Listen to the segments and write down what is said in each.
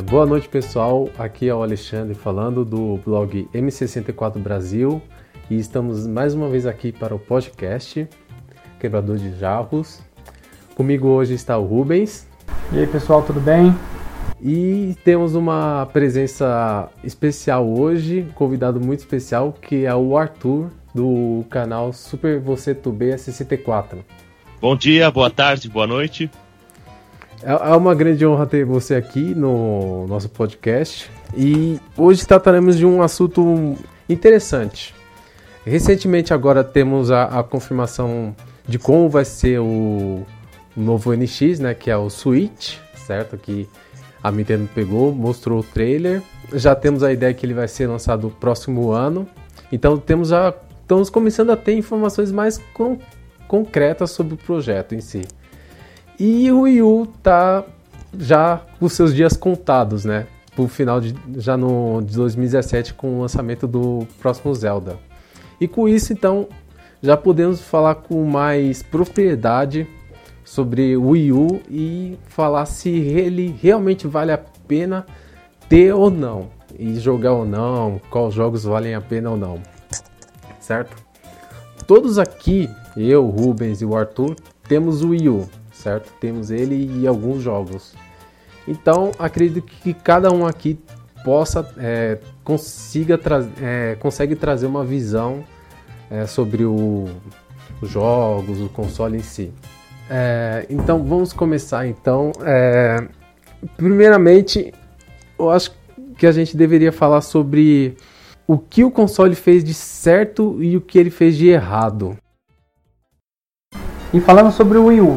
Boa noite, pessoal. Aqui é o Alexandre falando do blog M64 Brasil e estamos mais uma vez aqui para o podcast Quebrador de Jarros. Comigo hoje está o Rubens. E aí, pessoal, tudo bem? E temos uma presença especial hoje, um convidado muito especial, que é o Arthur, do canal Super Você Tubê 64. Bom dia, boa tarde, boa noite. É uma grande honra ter você aqui no nosso podcast e hoje trataremos de um assunto interessante. Recentemente agora temos a confirmação de como vai ser o novo NX, né, que é o Switch, certo? Que a Nintendo pegou, mostrou o trailer. Já temos a ideia que ele vai ser lançado no próximo ano. Então estamos começando a ter informações mais concretas sobre o projeto em si. E o Wii U tá já com seus dias contados, né? Pro final de 2017 com o lançamento do próximo Zelda. E com isso, então, já podemos falar com mais propriedade sobre o Wii U e falar se ele realmente vale a pena ter ou não. E jogar ou não, quais jogos valem a pena ou não. Certo? Todos aqui, eu, o Rubens e o Arthur, temos o Wii U. Certo? Temos ele e alguns jogos. Então, acredito que cada um aqui consegue trazer uma visão sobre os jogos, o console em si. Então, vamos começar. Primeiramente, eu acho que a gente deveria falar sobre o que o console fez de certo e o que ele fez de errado. E falando sobre o Wii U,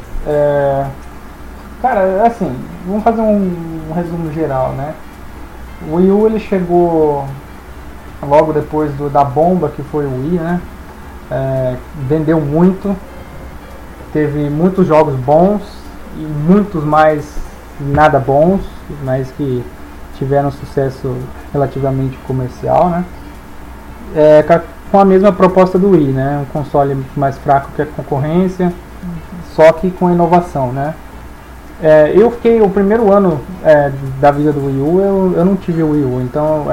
cara, assim, vamos fazer um resumo geral, né? O Wii U ele chegou logo depois da bomba que foi o Wii, né? Vendeu muito, teve muitos jogos bons e muitos mais nada bons, mas que tiveram sucesso relativamente comercial, né? Com a mesma proposta do Wii, né? Um console mais fraco que a concorrência, só que com inovação, né? Eu fiquei o primeiro ano da vida do Wii U, eu não tive o Wii U, então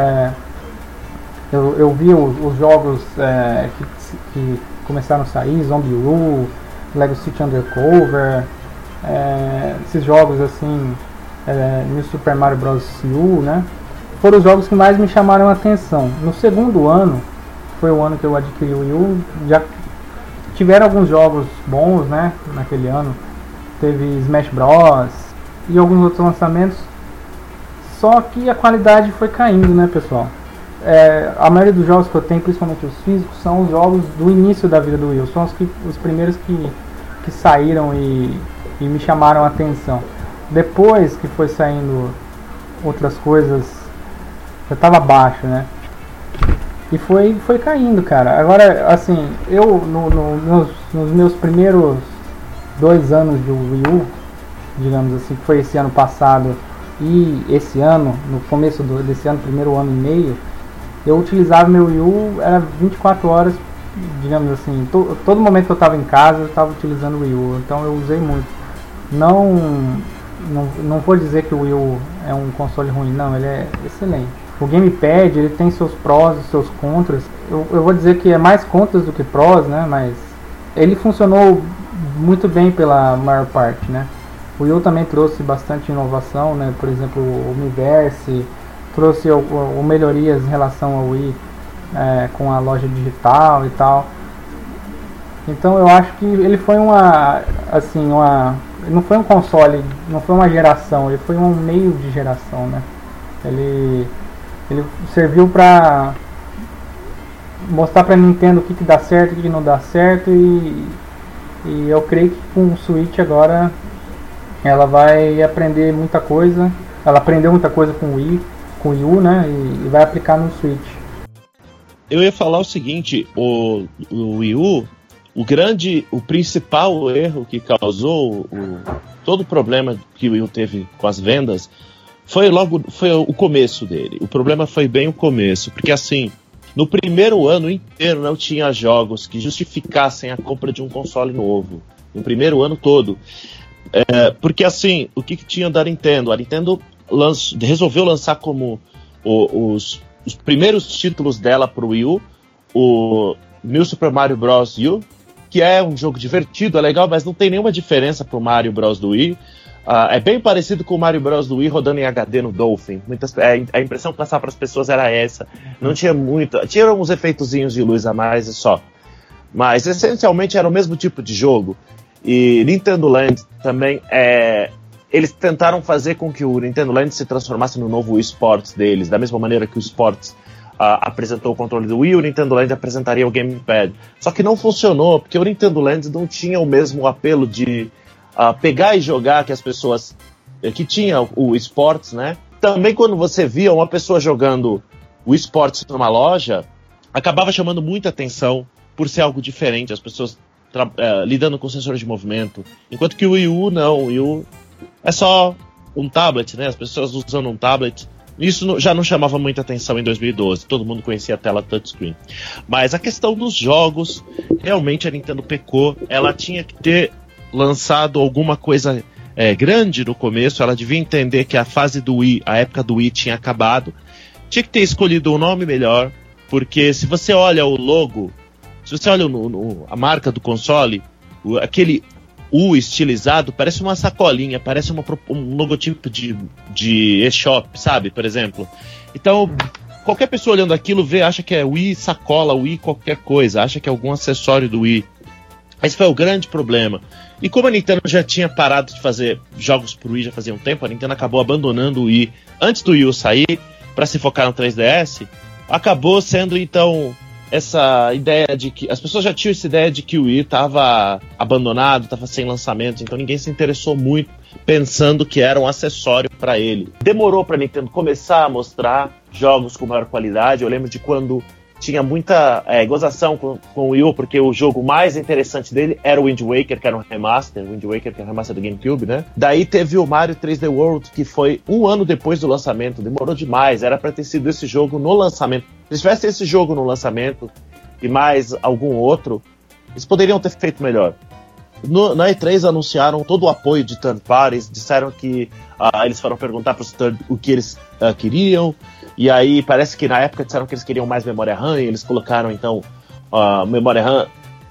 eu vi os jogos que começaram a sair, Zombie U, Lego City Undercover, esses jogos assim, New Super Mario Bros. U, né? Foram os jogos que mais me chamaram a atenção. No segundo ano, foi o ano que eu adquiri o Wii U, já tiveram alguns jogos bons, né, naquele ano. Teve Smash Bros. E alguns outros lançamentos. Só que a qualidade foi caindo, né, pessoal? A maioria dos jogos que eu tenho, principalmente os físicos, são os jogos do início da vida do Wii U. São os primeiros que saíram e me chamaram a atenção. Depois que foi saindo outras coisas, já estava baixo, né? E foi caindo, cara. Agora, assim, eu nos meus primeiros 2 anos de Wii U, digamos assim, que foi esse ano passado e esse ano, no começo desse ano, primeiro ano e meio, eu utilizava meu Wii U, era 24 horas, digamos assim, todo momento que eu estava em casa, eu estava utilizando o Wii U, então eu usei muito. Não vou dizer que o Wii U é um console ruim, não, ele é excelente. O gamepad, ele tem seus prós e seus contras. Eu vou dizer que é mais contras do que prós, né? Mas ele funcionou muito bem pela maior parte, né? O Wii U também trouxe bastante inovação, né? Por exemplo, o Miiverse trouxe melhorias em relação ao Wii com a loja digital e tal. Então eu acho que ele foi não foi um console, não foi uma geração, ele foi um meio de geração, né? Ele serviu para mostrar para a Nintendo o que dá certo e o que não dá certo, e eu creio que com o Switch agora ela vai aprender muita coisa. Ela aprendeu muita coisa com o Wii U, né? E vai aplicar no Switch. Eu ia falar o seguinte, o Wii U, o principal erro que causou todo o problema que o Wii U teve com as vendas foi o começo dele. O problema foi bem o começo, porque assim, no primeiro ano inteiro não tinha jogos que justificassem a compra de um console novo. No primeiro ano todo. Porque assim, o que tinha da Nintendo? A Nintendo resolveu lançar como os primeiros títulos dela pro Wii U, o New Super Mario Bros. U, que é um jogo divertido, é legal, mas não tem nenhuma diferença pro Mario Bros. Do Wii. É bem parecido com o Mario Bros. Do Wii rodando em HD no Dolphin. A impressão que passava para as pessoas era essa. Não tinha muito. Tinha uns efeitozinhos de luz a mais e só. Mas essencialmente era o mesmo tipo de jogo. E Nintendo Land também eles tentaram fazer com que o Nintendo Land se transformasse no novo Wii Sports deles, da mesma maneira que o Sports apresentou o controle do Wii, o Nintendo Land apresentaria o Gamepad. Só que não funcionou, porque o Nintendo Land não tinha o mesmo apelo de pegar e jogar que as pessoas que tinha o Sports, né? Também quando você via uma pessoa jogando o Sports numa loja, acabava chamando muita atenção por ser algo diferente, as pessoas lidando com sensores de movimento, enquanto que o Wii U não, o Wii U é só um tablet, né? As pessoas usando um tablet. Isso já não chamava muita atenção em 2012, todo mundo conhecia a tela touchscreen. Mas a questão dos jogos, realmente a Nintendo pecou, ela tinha que ter lançado alguma coisa grande no começo, ela devia entender que a fase do Wii, a época do Wii tinha acabado, tinha que ter escolhido um nome melhor, porque se você olha o logo, se você olha a marca do console, aquele U estilizado, parece uma sacolinha, parece um logotipo de eShop, sabe, por exemplo. Então, qualquer pessoa olhando aquilo acha que é Wii sacola, Wii qualquer coisa, acha que é algum acessório do Wii. Esse foi o grande problema. E como a Nintendo já tinha parado de fazer jogos pro Wii já fazia um tempo, a Nintendo acabou abandonando o Wii antes do Wii U sair para se focar no 3DS, acabou sendo então essa ideia de que as pessoas já tinham essa ideia de que o Wii estava abandonado, estava sem lançamento, então ninguém se interessou muito pensando que era um acessório para ele. Demorou para a Nintendo começar a mostrar jogos com maior qualidade. Eu lembro de quando tinha muita gozação com o Wii U, porque o jogo mais interessante dele era o Wind Waker, que era um remaster, do GameCube, né? Daí teve o Mario 3D World, que foi um ano depois do lançamento, demorou demais, era para ter sido esse jogo no lançamento. Se tivesse esse jogo no lançamento e mais algum outro, eles poderiam ter feito melhor. Na E3 anunciaram todo o apoio de third parties, disseram que eles foram perguntar para os o que eles queriam, e aí parece que na época disseram que eles queriam mais memória RAM, e eles colocaram então memória RAM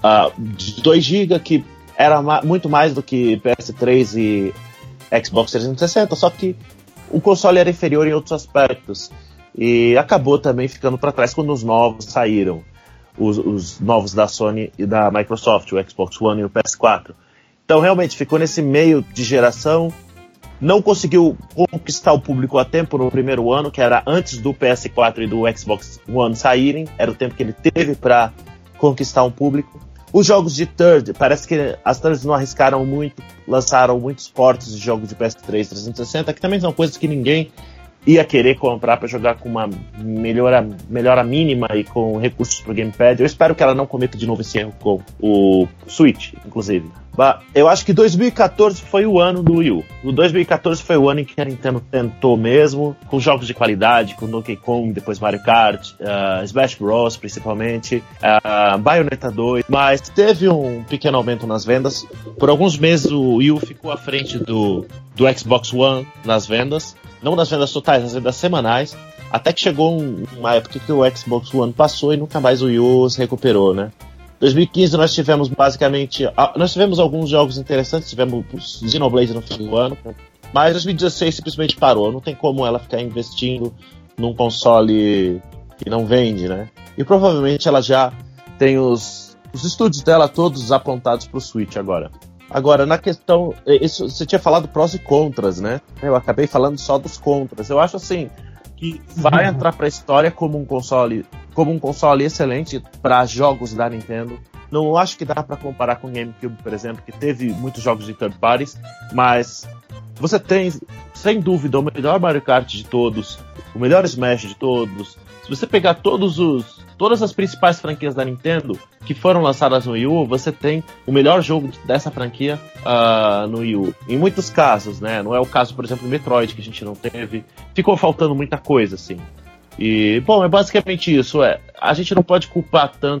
de 2 GB, que era muito mais do que PS3 e Xbox 360, só que o console era inferior em outros aspectos, e acabou também ficando para trás quando os novos saíram. Os novos da Sony e da Microsoft, o Xbox One e o PS4. Então realmente ficou nesse meio de geração, não conseguiu conquistar o público a tempo no primeiro ano, que era antes do PS4 e do Xbox One saírem, era o tempo que ele teve para conquistar um público. Os jogos de third, parece que as thirds não arriscaram muito, lançaram muitos portes de jogos de PS3 360, que também são coisas que ninguém ia querer comprar para jogar com uma melhora mínima e com recursos para o Gamepad. Eu espero que ela não cometa de novo esse erro com o Switch, inclusive. Eu acho que 2014 foi o ano do Wii U. O 2014 foi o ano em que a Nintendo tentou mesmo, com jogos de qualidade, com Donkey Kong, depois Mario Kart, Smash Bros. Principalmente, Bayonetta 2, mas teve um pequeno aumento nas vendas. Por alguns meses o Wii U ficou à frente do Xbox One nas vendas. Não nas vendas totais, nas vendas semanais, até que chegou uma época que o Xbox One passou e nunca mais o Wii U se recuperou, né? Em 2015 nós tivemos alguns jogos interessantes, tivemos o Xenoblade no fim do ano, mas 2016 simplesmente parou, não tem como ela ficar investindo num console que não vende, né? E provavelmente ela já tem os estúdios dela todos apontados pro Switch agora. Agora, na questão, você tinha falado prós e contras, né? Eu acabei falando só dos contras. Eu acho assim que vai entrar para a história como um console excelente para jogos da Nintendo. Não acho que dá para comparar com o GameCube, por exemplo, que teve muitos jogos de third parties, mas você tem, sem dúvida, o melhor Mario Kart de todos, o melhor Smash de todos. Se você pegar todas as principais franquias da Nintendo que foram lançadas no Wii U, você tem o melhor jogo dessa franquia no Wii U. Em muitos casos, né? Não é o caso, por exemplo, do Metroid, que a gente não teve. Ficou faltando muita coisa, assim. E, bom, é basicamente isso. A gente não pode culpar tanto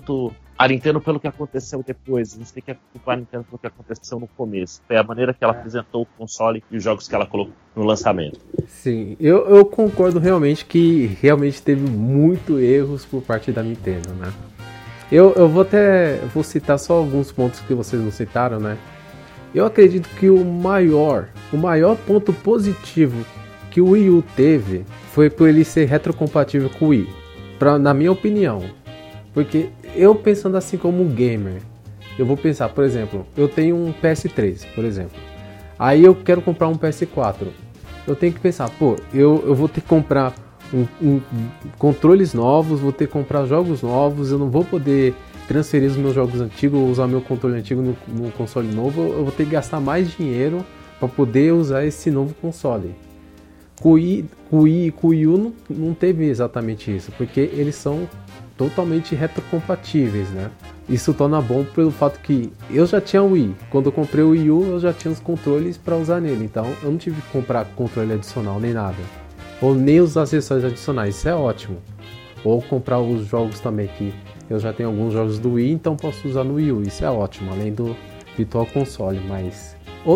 a Nintendo pelo que aconteceu depois. A gente tem que culpar a Nintendo pelo que aconteceu no começo. Foi a maneira que ela apresentou o console e os jogos que ela colocou no lançamento. Sim, eu concordo realmente que realmente teve muito erros por parte da Nintendo, né? Eu vou citar só alguns pontos que vocês não citaram, né? Eu acredito que o maior ponto positivo que o Wii U teve foi por ele ser retrocompatível com o Wii, na minha opinião. Porque eu pensando assim como um gamer, eu vou pensar, por exemplo, eu tenho um PS3, por exemplo. Aí eu quero comprar um PS4. Eu tenho que pensar, eu vou ter que comprar controles novos, vou ter que comprar jogos novos, eu não vou poder transferir os meus jogos antigos ou usar meu controle antigo no console novo, eu vou ter que gastar mais dinheiro para poder usar esse novo console. Com o Wii U não teve exatamente isso, porque eles são totalmente retrocompatíveis, né? Isso torna bom pelo fato que eu já tinha o Wii. Quando eu comprei o Wii U, eu já tinha os controles para usar nele. Então eu não tive que comprar controle adicional nem nada. Ou nem os acessórios adicionais. Isso é ótimo. Ou comprar os jogos também, que eu já tenho alguns jogos do Wii, então posso usar no Wii U. Isso é ótimo, além do Virtual Console. Mas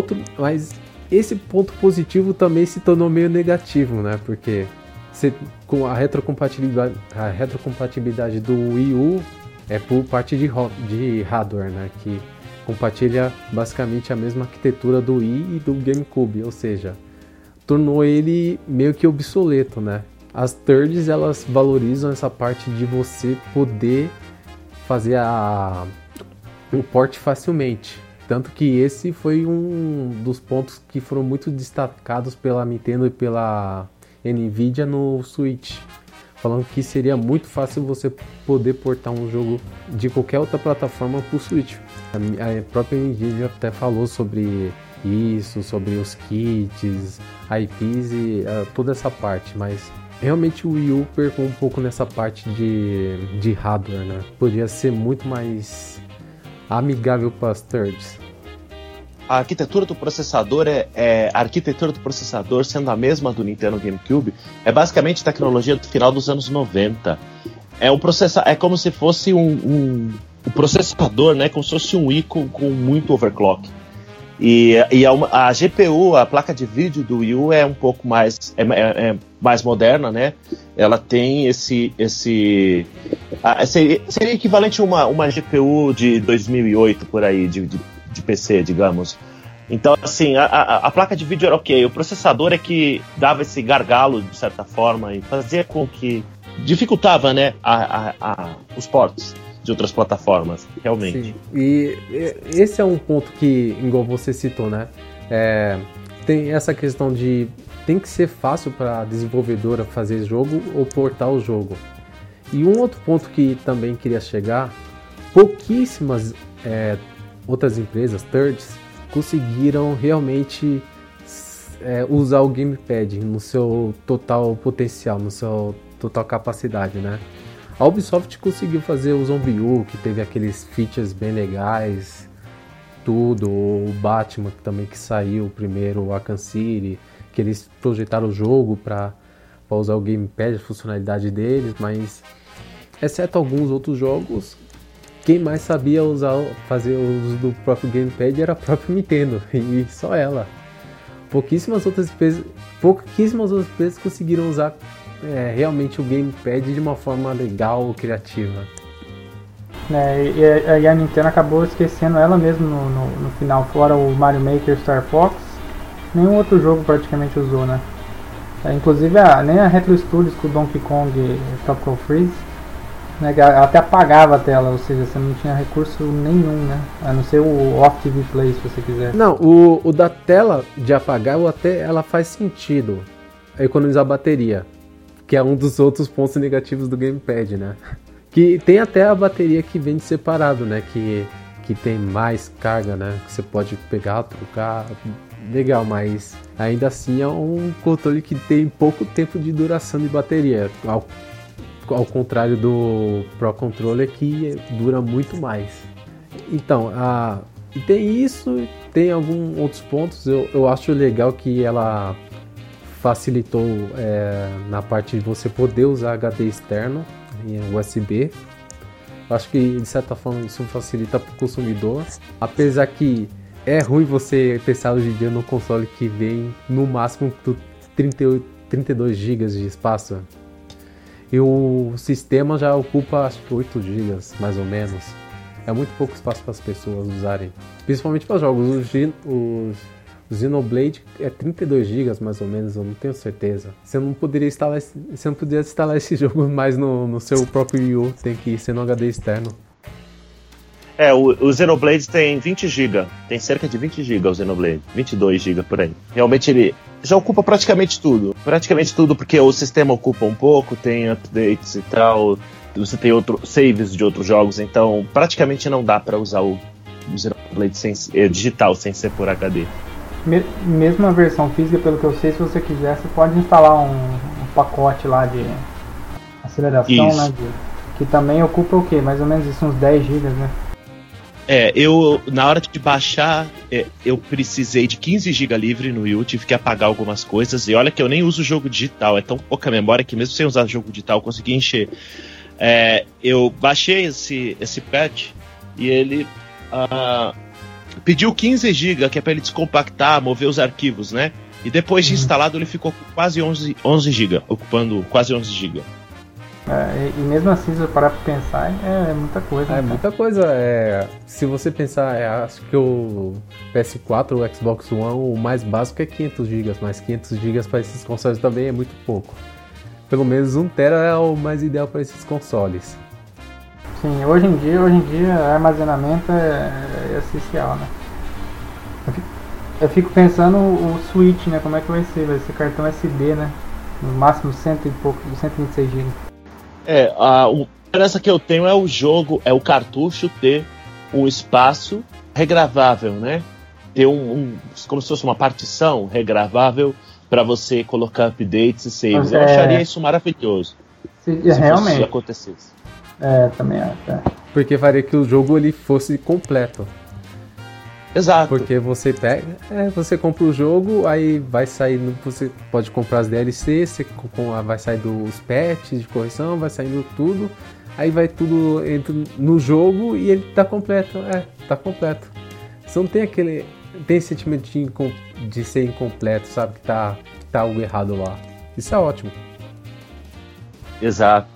esse ponto positivo também se tornou meio negativo, né? Porque com a retrocompatibilidade do Wii U é por parte de hardware, né? Que compartilha basicamente a mesma arquitetura do Wii e do GameCube, ou seja, tornou ele meio que obsoleto, né? As thirds, elas valorizam essa parte de você poder fazer o port facilmente. Tanto que esse foi um dos pontos que foram muito destacados pela Nintendo e pela Nvidia no Switch, falando que seria muito fácil você poder portar um jogo de qualquer outra plataforma para o Switch. A própria Nvidia até falou sobre isso, sobre os kits, IPs e toda essa parte, mas realmente o Wii U perdeu um pouco nessa parte de hardware, né? Podia ser muito mais amigável para as thirds. A arquitetura do processador a arquitetura do processador, sendo a mesma do Nintendo GameCube, é basicamente tecnologia do final dos anos 90. É como se fosse um processador, né, como se fosse um Wii com muito overclock. E a GPU, a placa de vídeo do Wii U é um pouco mais mais moderna, né? Ela tem seria equivalente a uma GPU de 2008 por aí, de PC, digamos. Então, assim, a placa de vídeo era ok. O processador é que dava esse gargalo, de certa forma, e fazia com que dificultava, né, os ports de outras plataformas, realmente. Sim. E esse é um ponto que, igual você citou, né? Tem essa questão de tem que ser fácil para a desenvolvedora fazer jogo ou portar o jogo. E um outro ponto que também queria chegar, pouquíssimas outras empresas, thirds, conseguiram realmente usar o gamepad no seu total potencial, no seu total capacidade, né? A Ubisoft conseguiu fazer o Zombie U, que teve aqueles features bem legais, tudo, o Batman também que saiu primeiro, o Arkham City, que eles projetaram o jogo para usar o gamepad, a funcionalidade deles, mas exceto alguns outros jogos, quem mais sabia fazer o uso do próprio gamepad era a própria Nintendo, e só ela. Pouquíssimas outras empresas conseguiram usar realmente o gamepad de uma forma legal, criativa. E a Nintendo acabou esquecendo ela mesma no final, fora o Mario Maker Star Fox, nenhum outro jogo praticamente usou, né? Inclusive nem a Retro Studios com o Donkey Kong Tropical Freeze, né, que até apagava a tela, ou seja, você não tinha recurso nenhum, né? A não ser o Off TV Play, se você quiser. Não, o da tela de apagar, ela faz sentido, economizar bateria, que é um dos outros pontos negativos do gamepad, né? Que tem até a bateria que vem separado, né? Que tem mais carga, né? Que você pode pegar, trocar, legal, mas ainda assim é um controle que tem pouco tempo de duração de bateria, ao contrário do Pro Controller, que dura muito mais. Então, e tem isso, tem alguns outros pontos. Eu acho legal que ela facilitou na parte de você poder usar HD externo em USB. Eu acho que, de certa forma, isso facilita para o consumidor. Apesar que é ruim você pensar hoje em dia no console que vem no máximo 32 GB de espaço. E o sistema já ocupa, acho que 8 GB, mais ou menos. É muito pouco espaço para as pessoas usarem. Principalmente para jogos. O Xenoblade é 32 GB, mais ou menos, eu não tenho certeza. Você não poderia instalar esse jogo mais no seu próprio Wii U. Tem que ser no HD externo. O Xenoblade tem 20 GB. Tem cerca de 20 GB o Xenoblade. 22 GB por aí. Realmente ele já ocupa praticamente tudo. Praticamente tudo, porque o sistema ocupa um pouco, tem updates e tal. Você tem saves de outros jogos, então praticamente não dá para usar o Xenoblade digital sem ser por HD. Mesmo a versão física, pelo que eu sei, se você quiser, você pode instalar um pacote lá de aceleração, né? Que também ocupa o quê? Mais ou menos isso, uns 10 GB, né? Eu, na hora de baixar, eu precisei de 15 GB livre no Wii U, tive que apagar algumas coisas, e olha que eu nem uso jogo digital, é tão pouca memória que mesmo sem usar jogo digital eu consegui encher. Eu baixei esse patch e ele pediu 15 GB, que é para ele descompactar, mover os arquivos, né? E depois de instalado ele ficou com quase 11 GB, ocupando quase 11 GB. E mesmo assim, se eu parar pra pensar, é muita coisa. Muita coisa. Se você pensar, acho que o PS4 ou o Xbox One, o mais básico é 500 GB, mas 500 GB para esses consoles também é muito pouco. Pelo menos 1 TB é o mais ideal para esses consoles. Sim, hoje em dia armazenamento é essencial, né? Eu fico pensando o Switch, né? Como é que vai ser? Vai ser cartão SD, né? No máximo 126 GB. A diferença que eu tenho é o jogo, é o cartucho ter um espaço regravável, né? Ter como se fosse uma partição regravável para você colocar updates e saves. Eu acharia isso maravilhoso. Se realmente acontecesse. Também acho. Porque faria que o jogo ele fosse completo. Exato. Porque você pega, você compra o jogo, aí vai sair, você pode comprar as DLCs, vai sair dos patches de correção, vai saindo tudo, aí vai tudo no jogo e ele tá completo. Tá completo. Você não tem tem esse sentimento de ser incompleto, sabe? Que tá algo errado lá. Isso é ótimo. Exato.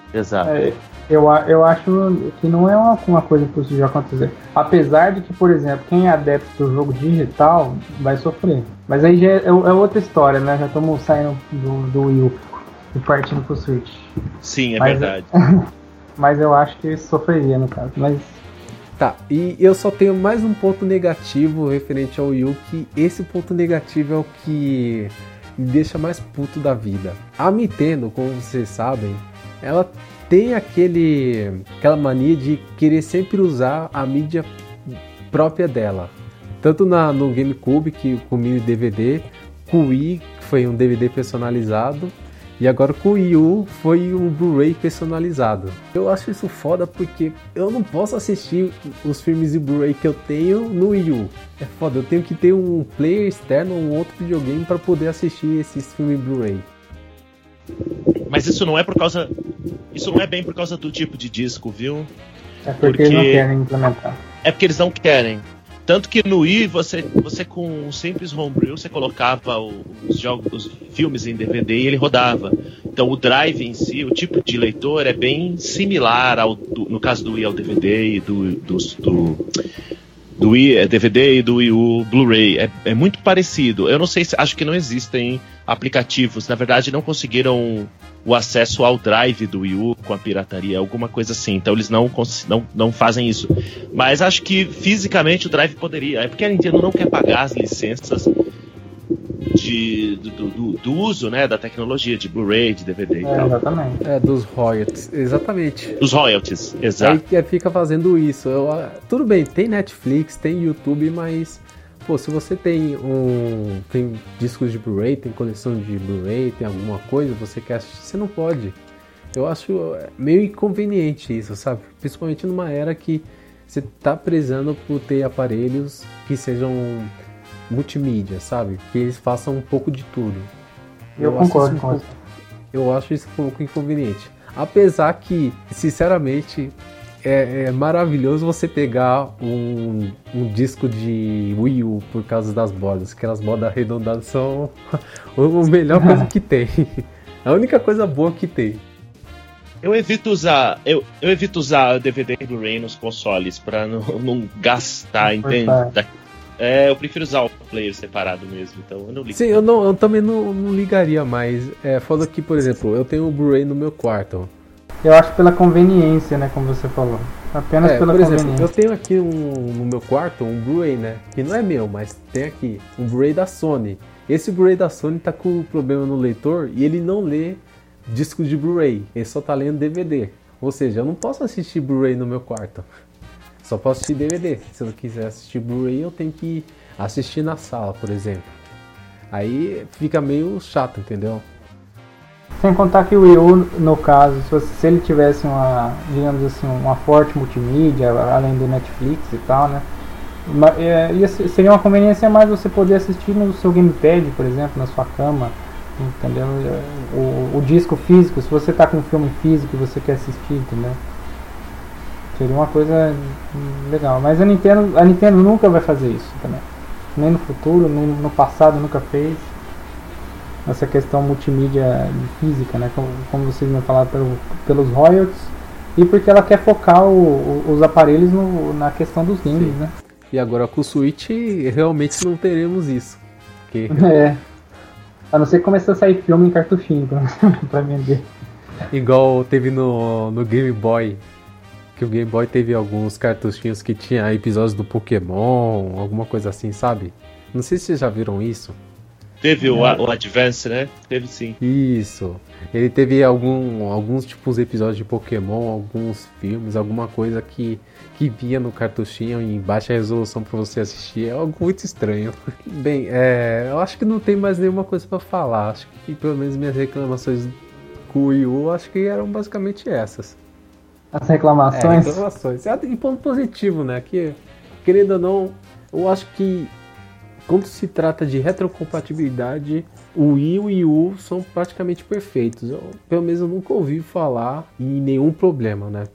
Eu acho que não é uma coisa possível de acontecer. Apesar de que, por exemplo, quem é adepto do jogo digital vai sofrer. Mas aí já é outra história, né? Já estamos saindo do Wii U e partindo pro Switch. Sim, verdade. Mas eu acho que sofreria no caso. Tá, e eu só tenho mais um ponto negativo referente ao Wii U, que esse ponto negativo é o que me deixa mais puto da vida. A Nintendo, como vocês sabem, ela tem aquela mania de querer sempre usar a mídia própria dela. Tanto no GameCube, com o mini DVD, com o Wii, que foi um DVD personalizado, e agora com o Wii U foi um Blu-ray personalizado. Eu acho isso foda porque eu não posso assistir os filmes de Blu-ray que eu tenho no Wii U. É foda, eu tenho que ter um player externo ou um outro videogame para poder assistir esses filmes Blu-ray. Mas isso não é bem por causa do tipo de disco, viu? É porque eles não querem implementar. É porque eles não querem. Tanto que no Wii, você com um simples homebrew, você colocava os filmes em DVD e ele rodava. Então o drive em si, o tipo de leitor é bem similar no caso do Wii ao DVD e do Wii DVD e do Wii U Blu-ray. É muito parecido. Eu não sei acho que não existem aplicativos. Na verdade, não conseguiram o acesso ao drive do Wii U com a pirataria, alguma coisa assim. Então eles não fazem isso. Mas acho que fisicamente o drive poderia. É porque a Nintendo não quer pagar as licenças do uso, né, da tecnologia de Blu-ray, de DVD e tal. Exatamente. Dos royalties, exatamente. Dos royalties, exato. Aí fica fazendo isso. Tudo bem, tem Netflix, tem YouTube, mas se você tem discos de Blu-ray, tem coleção de Blu-ray, tem alguma coisa, você quer assistir, você não pode. Eu acho meio inconveniente isso, sabe? Principalmente numa era que você tá prezando por ter aparelhos que sejam multimídia, sabe? Que eles façam um pouco de tudo. Eu concordo com você. Eu acho isso um pouco inconveniente. Apesar que, sinceramente, é maravilhoso você pegar um disco de Wii U por causa das bordas. Aquelas bordas arredondadas são a melhor coisa que tem. A única coisa boa que tem. Eu evito usar o DVD e Blu-ray nos consoles pra não gastar, entende? Eu prefiro usar o player separado mesmo, então eu não ligo. Sim, eu também não ligaria mais. Foda que, por exemplo, eu tenho um Blu-ray no meu quarto. Eu acho pela conveniência, né, como você falou. Apenas pela conveniência. Por exemplo, eu tenho aqui no meu quarto um Blu-ray, né, que não é meu, mas tem aqui um Blu-ray da Sony. Esse Blu-ray da Sony tá com problema no leitor e ele não lê disco de Blu-ray, ele só tá lendo DVD. Ou seja, eu não posso assistir Blu-ray no meu quarto. Só posso assistir DVD. Se eu quiser assistir Blu-ray, eu tenho que assistir na sala, por exemplo. Aí fica meio chato, entendeu? Sem contar que o Wii U, no caso, se ele tivesse digamos assim, uma forte multimídia, além do Netflix e tal, né? Seria uma conveniência mais você poder assistir no seu gamepad, por exemplo, na sua cama, entendeu? O disco físico, se você tá com um filme físico e você quer assistir, entendeu? Seria uma coisa legal. Mas a Nintendo nunca vai fazer isso também. Nem no futuro, no passado nunca fez. Essa questão multimídia física, né? Como vocês me falaram, pelos royalties. E porque ela quer focar os aparelhos na questão dos games, né? E agora com o Switch realmente não teremos isso. Porque... A não ser que comece a sair filme em cartuchinho pra vender. Igual teve no Game Boy. Que o Game Boy teve alguns cartuchinhos que tinha episódios do Pokémon, alguma coisa assim, sabe? Não sei se vocês já viram isso. Teve o Advance, né? Teve sim. Isso. Ele teve alguns tipos de episódios de Pokémon, alguns filmes, alguma coisa que vinha no cartuchinho em baixa resolução pra você assistir. É algo muito estranho. Bem, eu acho que não tem mais nenhuma coisa pra falar. Acho que pelo menos minhas reclamações com o Wii U, acho que eram basicamente essas. As reclamações? Reclamações. E ponto positivo, né? Que, querendo ou não, eu acho que quando se trata de retrocompatibilidade, o Wii e o Wii U são praticamente perfeitos. Pelo menos eu nunca ouvi falar em nenhum problema, né?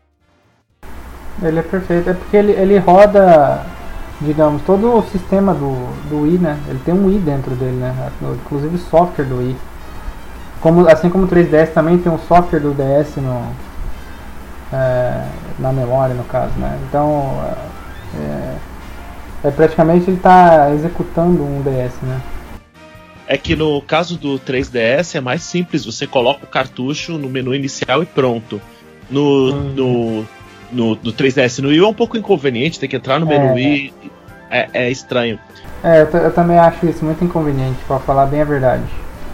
Ele é perfeito. É porque ele roda, digamos, todo o sistema do Wii, né? Ele tem um Wii dentro dele, né? Inclusive o software do Wii. Assim como o 3DS também tem um software do DS na memória, no caso, né? Então, praticamente ele está executando um DS, né? É que no caso do 3DS é mais simples, você coloca o cartucho no menu inicial e pronto. No 3DS, no Wii é um pouco inconveniente, tem que entrar no menu e é estranho. Eu também acho isso muito inconveniente, para falar bem a verdade.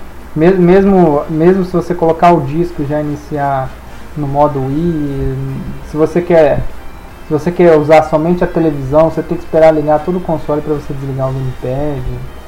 Mesmo se você colocar o disco e já iniciar no modo Wii, se você quer usar somente a televisão, você tem que esperar ligar todo o console para você desligar o gamepad.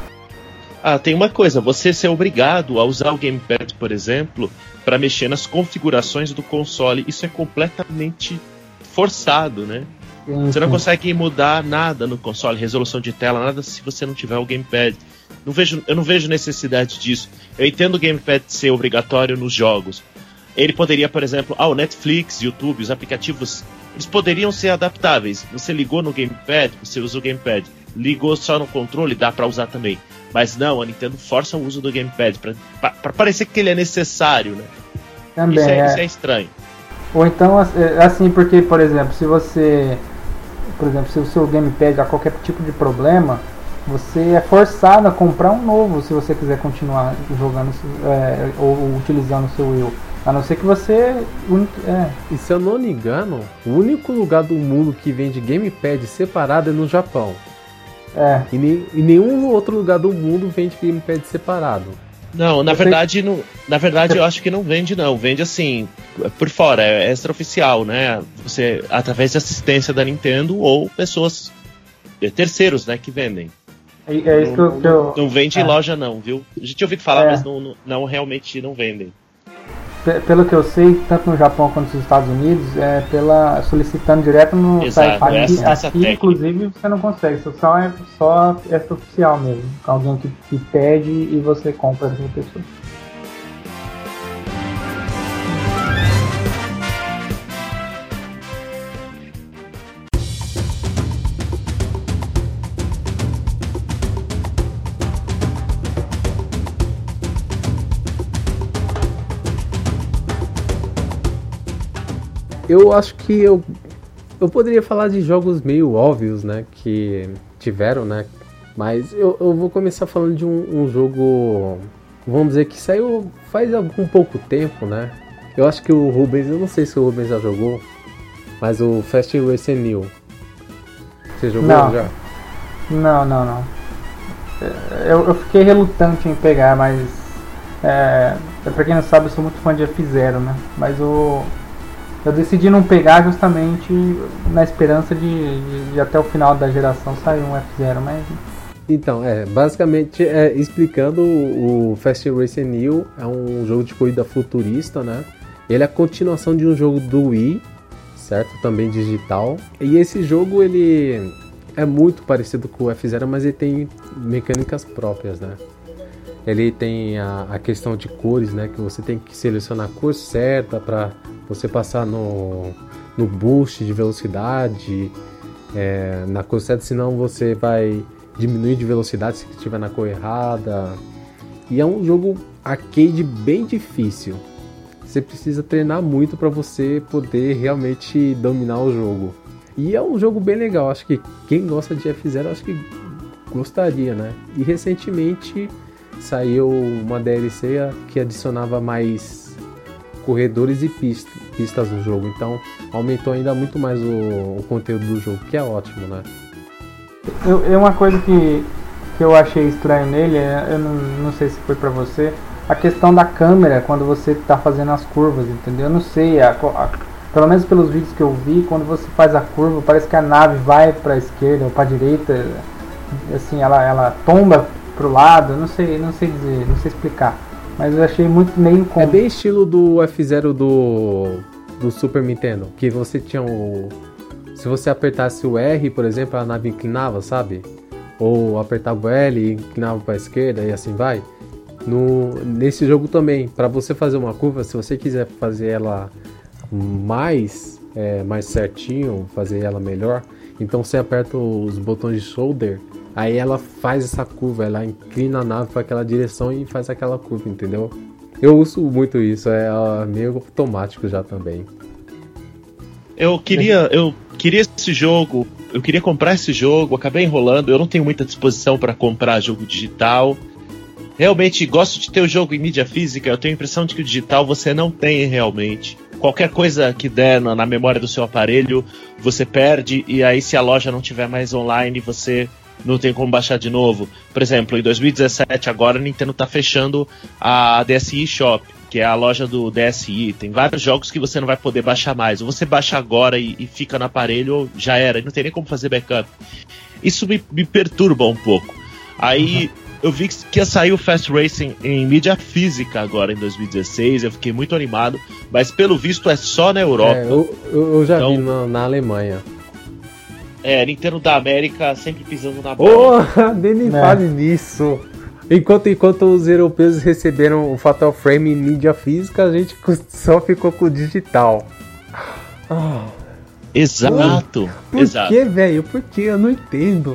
Tem uma coisa, você ser obrigado a usar o gamepad, por exemplo, para mexer nas configurações do console, isso é completamente forçado, né? Sim, você não consegue mudar nada no console, resolução de tela, nada se você não tiver o gamepad. Eu não vejo necessidade disso. Eu entendo o gamepad ser obrigatório nos jogos. Ele poderia, por exemplo, o Netflix, YouTube, os aplicativos, eles poderiam ser adaptáveis. Você ligou no gamepad, você usa o gamepad. Ligou só no controle, dá pra usar também. Mas não, a Nintendo força o uso do gamepad pra parecer que ele é necessário, né? Também isso é estranho. Ou então, assim, porque, por exemplo, se o seu gamepad dá qualquer tipo de problema, você é forçado a comprar um novo se você quiser continuar jogando ou utilizando o seu Wii U. A não ser que você... E se eu não me engano, o único lugar do mundo que vende gamepad separado é no Japão. E nenhum outro lugar do mundo vende gamepad separado. Não, na verdade eu acho que não vende não. Vende assim, por fora, é extraoficial, né? Você, através de assistência da Nintendo ou pessoas, terceiros, né, que vendem. É isso que eu... Não vende em loja não, viu? A gente ouviu falar, mas não realmente não vendem. Pelo que eu sei, tanto no Japão quanto nos Estados Unidos, solicitando direto no site. Aqui inclusive, você não consegue, só oficial mesmo. Alguém que pede e você compra da pessoa. eu acho que eu poderia falar de jogos meio óbvios, né, que tiveram, né, mas eu vou começar falando de um jogo, vamos dizer, que saiu faz algum pouco tempo, né. Eu acho que o Rubens, eu não sei se o Rubens já jogou, mas o Fast Racing New. Você jogou já? Não. Eu fiquei relutante em pegar, mas pra quem não sabe, eu sou muito fã de F-Zero, né? Mas eu decidi não pegar justamente na esperança de até o final da geração sair um F-Zero, mas... Então, basicamente, explicando, o Fast Racing New é um jogo de corrida futurista, né? Ele é a continuação de um jogo do Wii, certo? Também digital. E esse jogo, ele é muito parecido com o F-Zero, mas ele tem mecânicas próprias, né? Ele tem a questão de cores, né? Que você tem que selecionar a cor certa para você passar no boost de velocidade na cor certa, senão você vai diminuir de velocidade se estiver na cor errada. E é um jogo arcade bem difícil. Você precisa treinar muito para você poder realmente dominar o jogo. E é um jogo bem legal. Acho que quem gosta de F-Zero, acho que gostaria, né? E recentemente saiu uma DLC que adicionava mais corredores e pistas no jogo. Então aumentou ainda muito mais o conteúdo do jogo, que é ótimo, né? Uma coisa que eu achei estranho nele, eu não sei se foi pra você, a questão da câmera quando você tá fazendo as curvas, entendeu? Eu não sei, pelo menos pelos vídeos que eu vi, quando você faz a curva, parece que a nave vai pra esquerda ou pra direita, assim, ela tomba pro lado, não sei dizer, não sei explicar, mas eu achei muito meio incômodo. É bem estilo do F-Zero do Super Nintendo, que você tinha se você apertasse o R, por exemplo, a nave inclinava, sabe? Ou apertava o L e inclinava pra esquerda e assim vai. Nesse jogo também, para você fazer uma curva, se você quiser fazer ela mais certinho, fazer ela melhor, então você aperta os botões de shoulder, aí ela faz essa curva, ela inclina a nave para aquela direção e faz aquela curva, entendeu? Eu uso muito isso, é meio automático já também. Eu queria esse jogo, eu queria comprar esse jogo, acabei enrolando, eu não tenho muita disposição para comprar jogo digital. Realmente gosto de ter o jogo em mídia física, eu tenho a impressão de que o digital você não tem realmente. Qualquer coisa que der na memória do seu aparelho, você perde, e aí se a loja não tiver mais online, você não tem como baixar de novo. Por exemplo, em 2017 agora a Nintendo tá fechando a DSi Shop, que é a loja do DSi. Tem vários jogos que você não vai poder baixar mais. Ou você baixa agora e fica no aparelho, ou já era, e não tem nem como fazer backup. Isso me perturba um pouco. Aí eu vi que ia sair o Fast Racing em mídia física agora em 2016, eu fiquei muito animado, mas pelo visto é só na Europa. Eu já vi na Alemanha. Nintendo da América sempre pisando na bola. Nem me fale nisso. Enquanto os europeus receberam o Fatal Frame em mídia física, a gente só ficou com o digital. Exato. Por que, velho? Por que? Eu não entendo.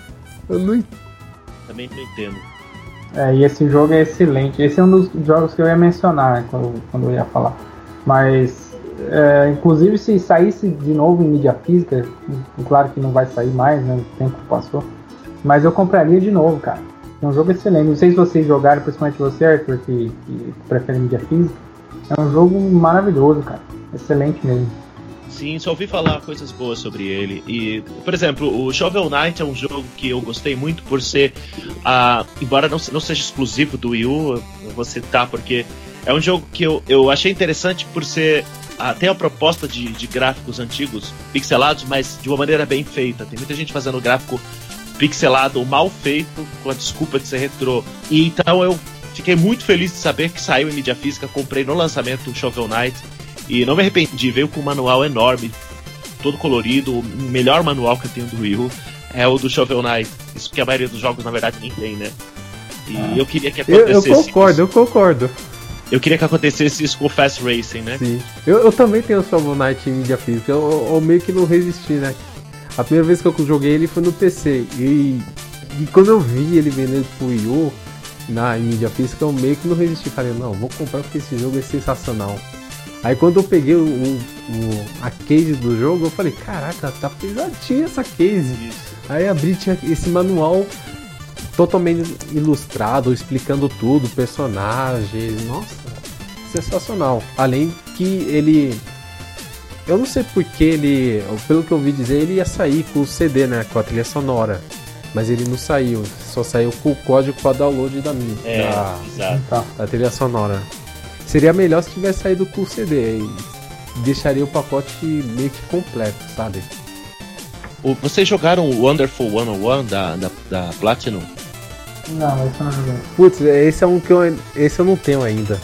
Também não entendo. E esse jogo é excelente. Esse é um dos jogos que eu ia mencionar quando eu ia falar. Mas, inclusive, se saísse de novo em mídia física, claro que não vai sair mais, né? O tempo passou. Mas eu compraria de novo, cara. É um jogo excelente. Não sei se vocês jogaram, principalmente você, Arthur, que prefere mídia física. É um jogo maravilhoso, cara. Excelente mesmo. Sim, só ouvi falar coisas boas sobre ele. E, por exemplo, o Shovel Knight é um jogo que eu gostei muito por ser, embora não seja exclusivo do Wii U, eu vou citar porque é um jogo que eu achei interessante por ser, tem a proposta de gráficos antigos, pixelados, mas de uma maneira bem feita. Tem muita gente fazendo gráfico pixelado, mal feito, com a desculpa de ser retrô. E então eu fiquei muito feliz de saber que saiu em mídia física, comprei no lançamento o Shovel Knight. E não me arrependi, veio com um manual enorme, todo colorido. O melhor manual que eu tenho do Wii U é o do Shovel Knight. Isso que a maioria dos jogos, na verdade, nem tem, né? E eu queria que acontecesse eu concordo. Eu queria que acontecesse isso com o Fast Racing, né? Sim. Eu também tenho o Shovel Knight em mídia física. Eu meio que não resisti, né? A primeira vez que eu joguei ele foi no PC. E quando eu vi ele vendendo pro Wii U em mídia física, eu meio que não resisti. Falei, não, vou comprar porque esse jogo é sensacional. Aí quando eu peguei a case do jogo, eu falei, caraca, tá pesadinha essa case. Aí abri, tinha esse manual totalmente ilustrado, explicando tudo, personagens, nossa, sensacional. Além que ele, eu não sei porque ele, pelo que eu ouvi dizer, ele ia sair com o CD, né, com a trilha sonora. Mas ele não saiu, só saiu com o código para download da trilha sonora. Seria melhor se tivesse saído com o CD e deixaria o pacote meio que completo, sabe? Vocês jogaram o Wonderful 101 da Platinum? Não, esse eu não joguei. Putz, esse é um que eu não tenho ainda.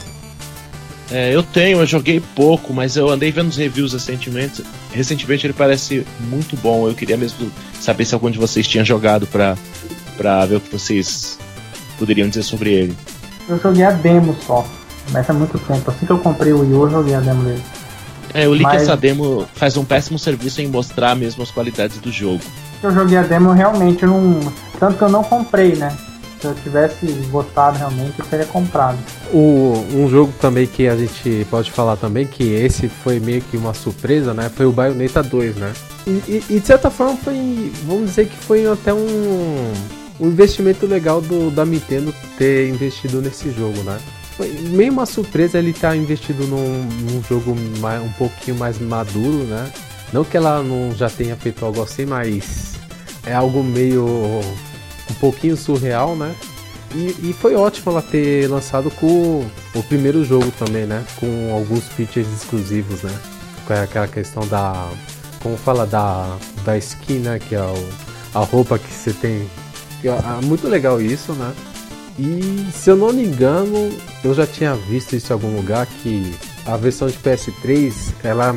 Eu joguei pouco, mas eu andei vendo os reviews recentemente. Recentemente ele parece muito bom. Eu queria mesmo saber se algum de vocês tinha jogado pra ver o que vocês poderiam dizer sobre ele. Eu joguei a demo só, mas há muito tempo. Assim que eu comprei o Wii U, eu joguei a demo dele. Eu li que essa demo faz um péssimo serviço em mostrar mesmo as qualidades do jogo. Eu joguei a demo realmente, tanto que eu não comprei, né? Se eu tivesse gostado realmente, eu teria comprado. Um jogo também que a gente pode falar também, que esse foi meio que uma surpresa, né? Foi o Bayonetta 2, né? E de certa forma foi, vamos dizer que foi até um investimento legal da Nintendo ter investido nesse jogo, né? Foi meio uma surpresa ele estar investido num jogo um pouquinho mais maduro, né? Não que ela não já tenha feito algo assim, mas é algo meio um pouquinho surreal, né? E foi ótimo ela ter lançado com o primeiro jogo também, né? Com alguns features exclusivos, né? Com aquela questão como fala, da skin, né? Que é a roupa que você tem. É muito legal isso, né? E se eu não me engano, eu já tinha visto isso em algum lugar, que a versão de PS3, ela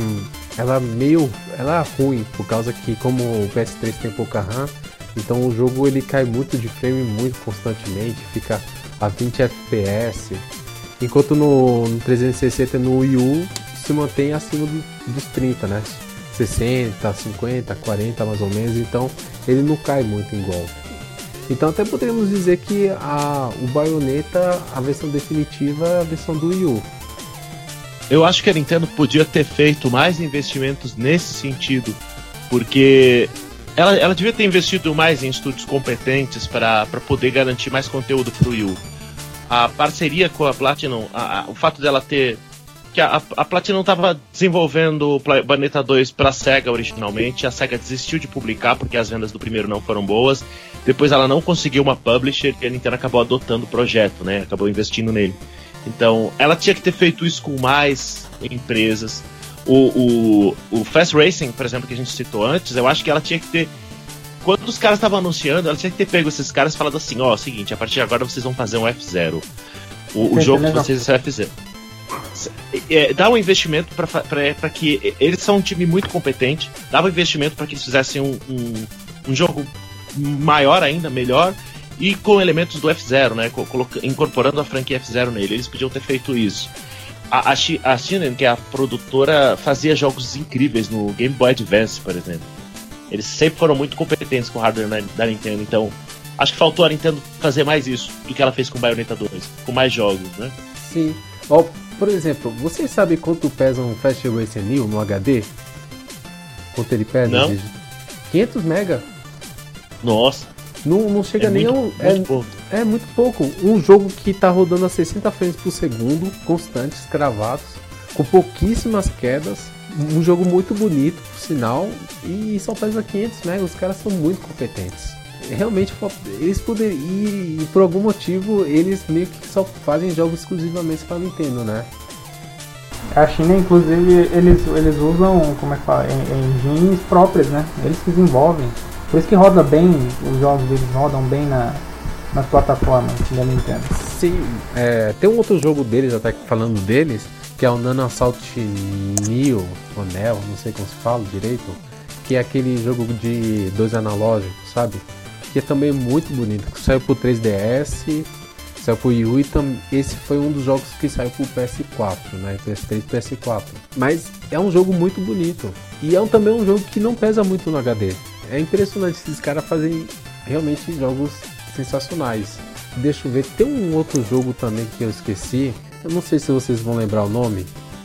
é ruim, por causa que como o PS3 tem pouca RAM, então o jogo ele cai muito de frame muito constantemente, fica a 20 FPS, enquanto no 360 no Wii U se mantém acima dos 30, né? 60, 50, 40 mais ou menos, então ele não cai muito igual. Então até poderíamos dizer que o Bayonetta, a versão definitiva, é a versão do Wii U. Eu acho que a Nintendo podia ter feito mais investimentos nesse sentido, porque ela devia ter investido mais em estúdios competentes para poder garantir mais conteúdo para o Wii U. A parceria com a Platinum, o fato dela ter... que a Platinum estava desenvolvendo o Bayonetta 2 para a SEGA originalmente, a SEGA desistiu de publicar porque as vendas do primeiro não foram boas, depois ela não conseguiu uma publisher e a Nintendo acabou adotando o projeto, né? Acabou investindo nele. Então, ela tinha que ter feito isso com mais empresas. O Fast Racing, por exemplo, que a gente citou antes, eu acho que ela tinha que ter... Quando os caras estavam anunciando, ela tinha que ter pego esses caras e falado assim, seguinte, a partir de agora vocês vão fazer um F0. O jogo de vocês é F0. Dá um investimento para que... Eles são um time muito competente, dá um investimento para que eles fizessem um jogo maior ainda, melhor, e com elementos do F0, né? Incorporando a franquia F0 nele. Eles podiam ter feito isso. A Shinen, que é a produtora, fazia jogos incríveis no Game Boy Advance, por exemplo. Eles sempre foram muito competentes com o hardware da Nintendo, então acho que faltou a Nintendo fazer mais isso do que ela fez com o Bayonetta 2, com mais jogos, né? Sim. Por exemplo, vocês sabem quanto pesa um Fast Racing New no HD? Quanto ele pesa? Não. 500 mega. Nossa. Não chega nem muito pouco. É muito pouco. Um jogo que tá rodando a 60 frames por segundo, constantes, cravados, com pouquíssimas quedas. Um jogo muito bonito, por sinal, e só pesa 500 mega. Os caras são muito competentes. Realmente, eles poderiam... E por algum motivo, eles meio que só fazem jogos exclusivamente pra Nintendo, né? A China, inclusive, eles usam, como é que fala, engines próprias, né? Eles que desenvolvem. Por isso que roda bem, os jogos deles rodam bem nas plataformas da Nintendo. Sim, tem um outro jogo deles, até falando deles, que é o Nano Assault Neo, ou Neo, não sei como se fala direito, que é aquele jogo de 2 analógicos, sabe? Que é também muito bonito, que saiu pro 3DS, saiu pro Wii U e esse foi um dos jogos que saiu pro PS4, né? PS3 e PS4. Mas é um jogo muito bonito, e também um jogo que não pesa muito no HD. É impressionante, esses caras fazem realmente jogos sensacionais. Deixa eu ver, tem um outro jogo também que eu esqueci. Eu não sei se vocês vão lembrar o nome.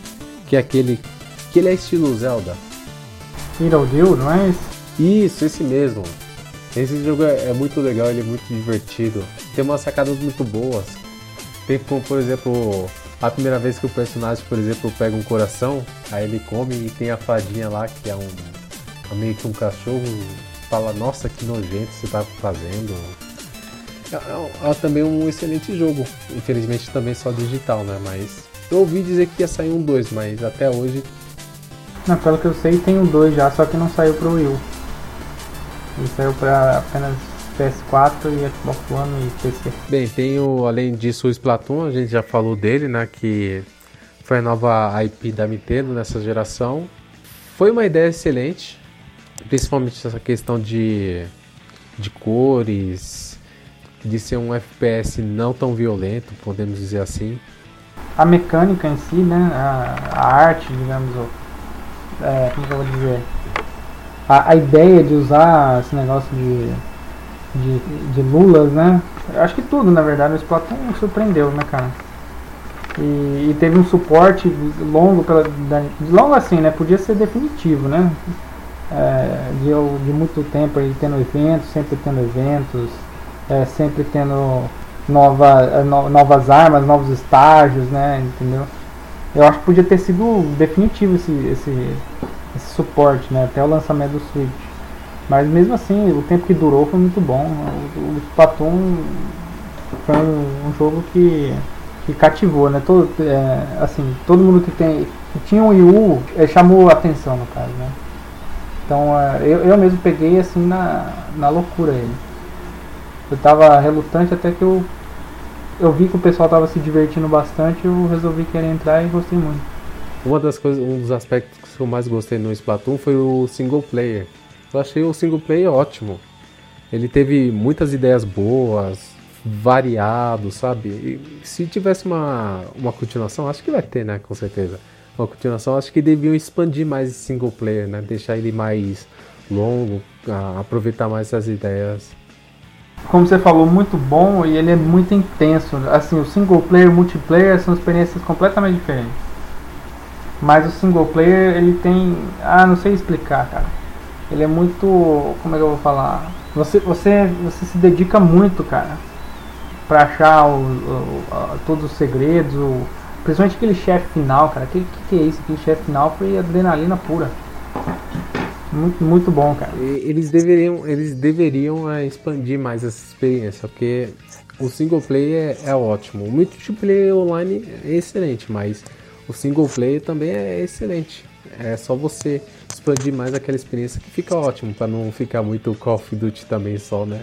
que é aquele que ele é estilo Zelda. Hero Deal, não é esse? Isso, esse mesmo. Esse jogo é muito legal, ele é muito divertido. Tem umas sacadas muito boas. Tem como, por exemplo, a primeira vez que o personagem, por exemplo, pega um coração, aí ele come e tem a fadinha lá, que é meio que um cachorro, fala, nossa, que nojento você tá fazendo. É também um excelente jogo. Infelizmente também só digital, né? Mas eu ouvi dizer que ia sair um 2, mas até hoje... Não, pelo que eu sei tem um 2 já, só que não saiu pro Wii U. Ele saiu pra apenas PS4 e Xbox One e PC. Bem, tem além disso o Splatoon, a gente já falou dele, né? Que foi a nova IP da Nintendo nessa geração. Foi uma ideia excelente, principalmente essa questão de cores, de ser um FPS não tão violento, podemos dizer assim. A mecânica em si, né? A arte, digamos, como que eu vou dizer? A ideia de usar esse negócio de lulas, né? Eu acho que tudo, na verdade, o Splatoon surpreendeu, né, cara? E teve um suporte longo, longo assim, né? Podia ser definitivo, né? De muito tempo aí tendo eventos, sempre tendo novas armas, novos estágios, né? Entendeu? Eu acho que podia ter sido definitivo esse suporte, né? Até o lançamento do Switch. Mas mesmo assim, o tempo que durou foi muito bom. O Splatoon foi um jogo que cativou, né? Todo mundo que tinha um Wii U chamou a atenção, no caso, né? Então eu mesmo peguei assim na loucura ele. Eu tava relutante até que eu vi que o pessoal tava se divertindo bastante, eu resolvi querer entrar e gostei muito. Um dos aspectos que eu mais gostei no Splatoon foi o single player. Eu achei o single player ótimo. Ele teve muitas ideias boas, variado, sabe? E se tivesse uma continuação, acho que vai ter, né? Com certeza. Uma continuação, acho que deviam expandir mais esse single player, né? Deixar ele mais longo, aproveitar mais as ideias. Como você falou, muito bom e ele é muito intenso. Assim, o single player e o multiplayer são experiências completamente diferentes. Mas o single player, ele tem... não sei explicar, cara. Ele é muito... Como é que eu vou falar? Você se dedica muito, cara, pra achar todos os segredos. Principalmente aquele chefe final, cara. Que é isso? Aquele chefe final foi adrenalina pura. Muito, muito bom, cara. Eles deveriam expandir mais essa experiência, porque o single player é ótimo. O multiplayer online é excelente, mas o single player também é excelente. É só você expandir mais aquela experiência que fica ótimo, para não ficar muito Call of Duty também só, né?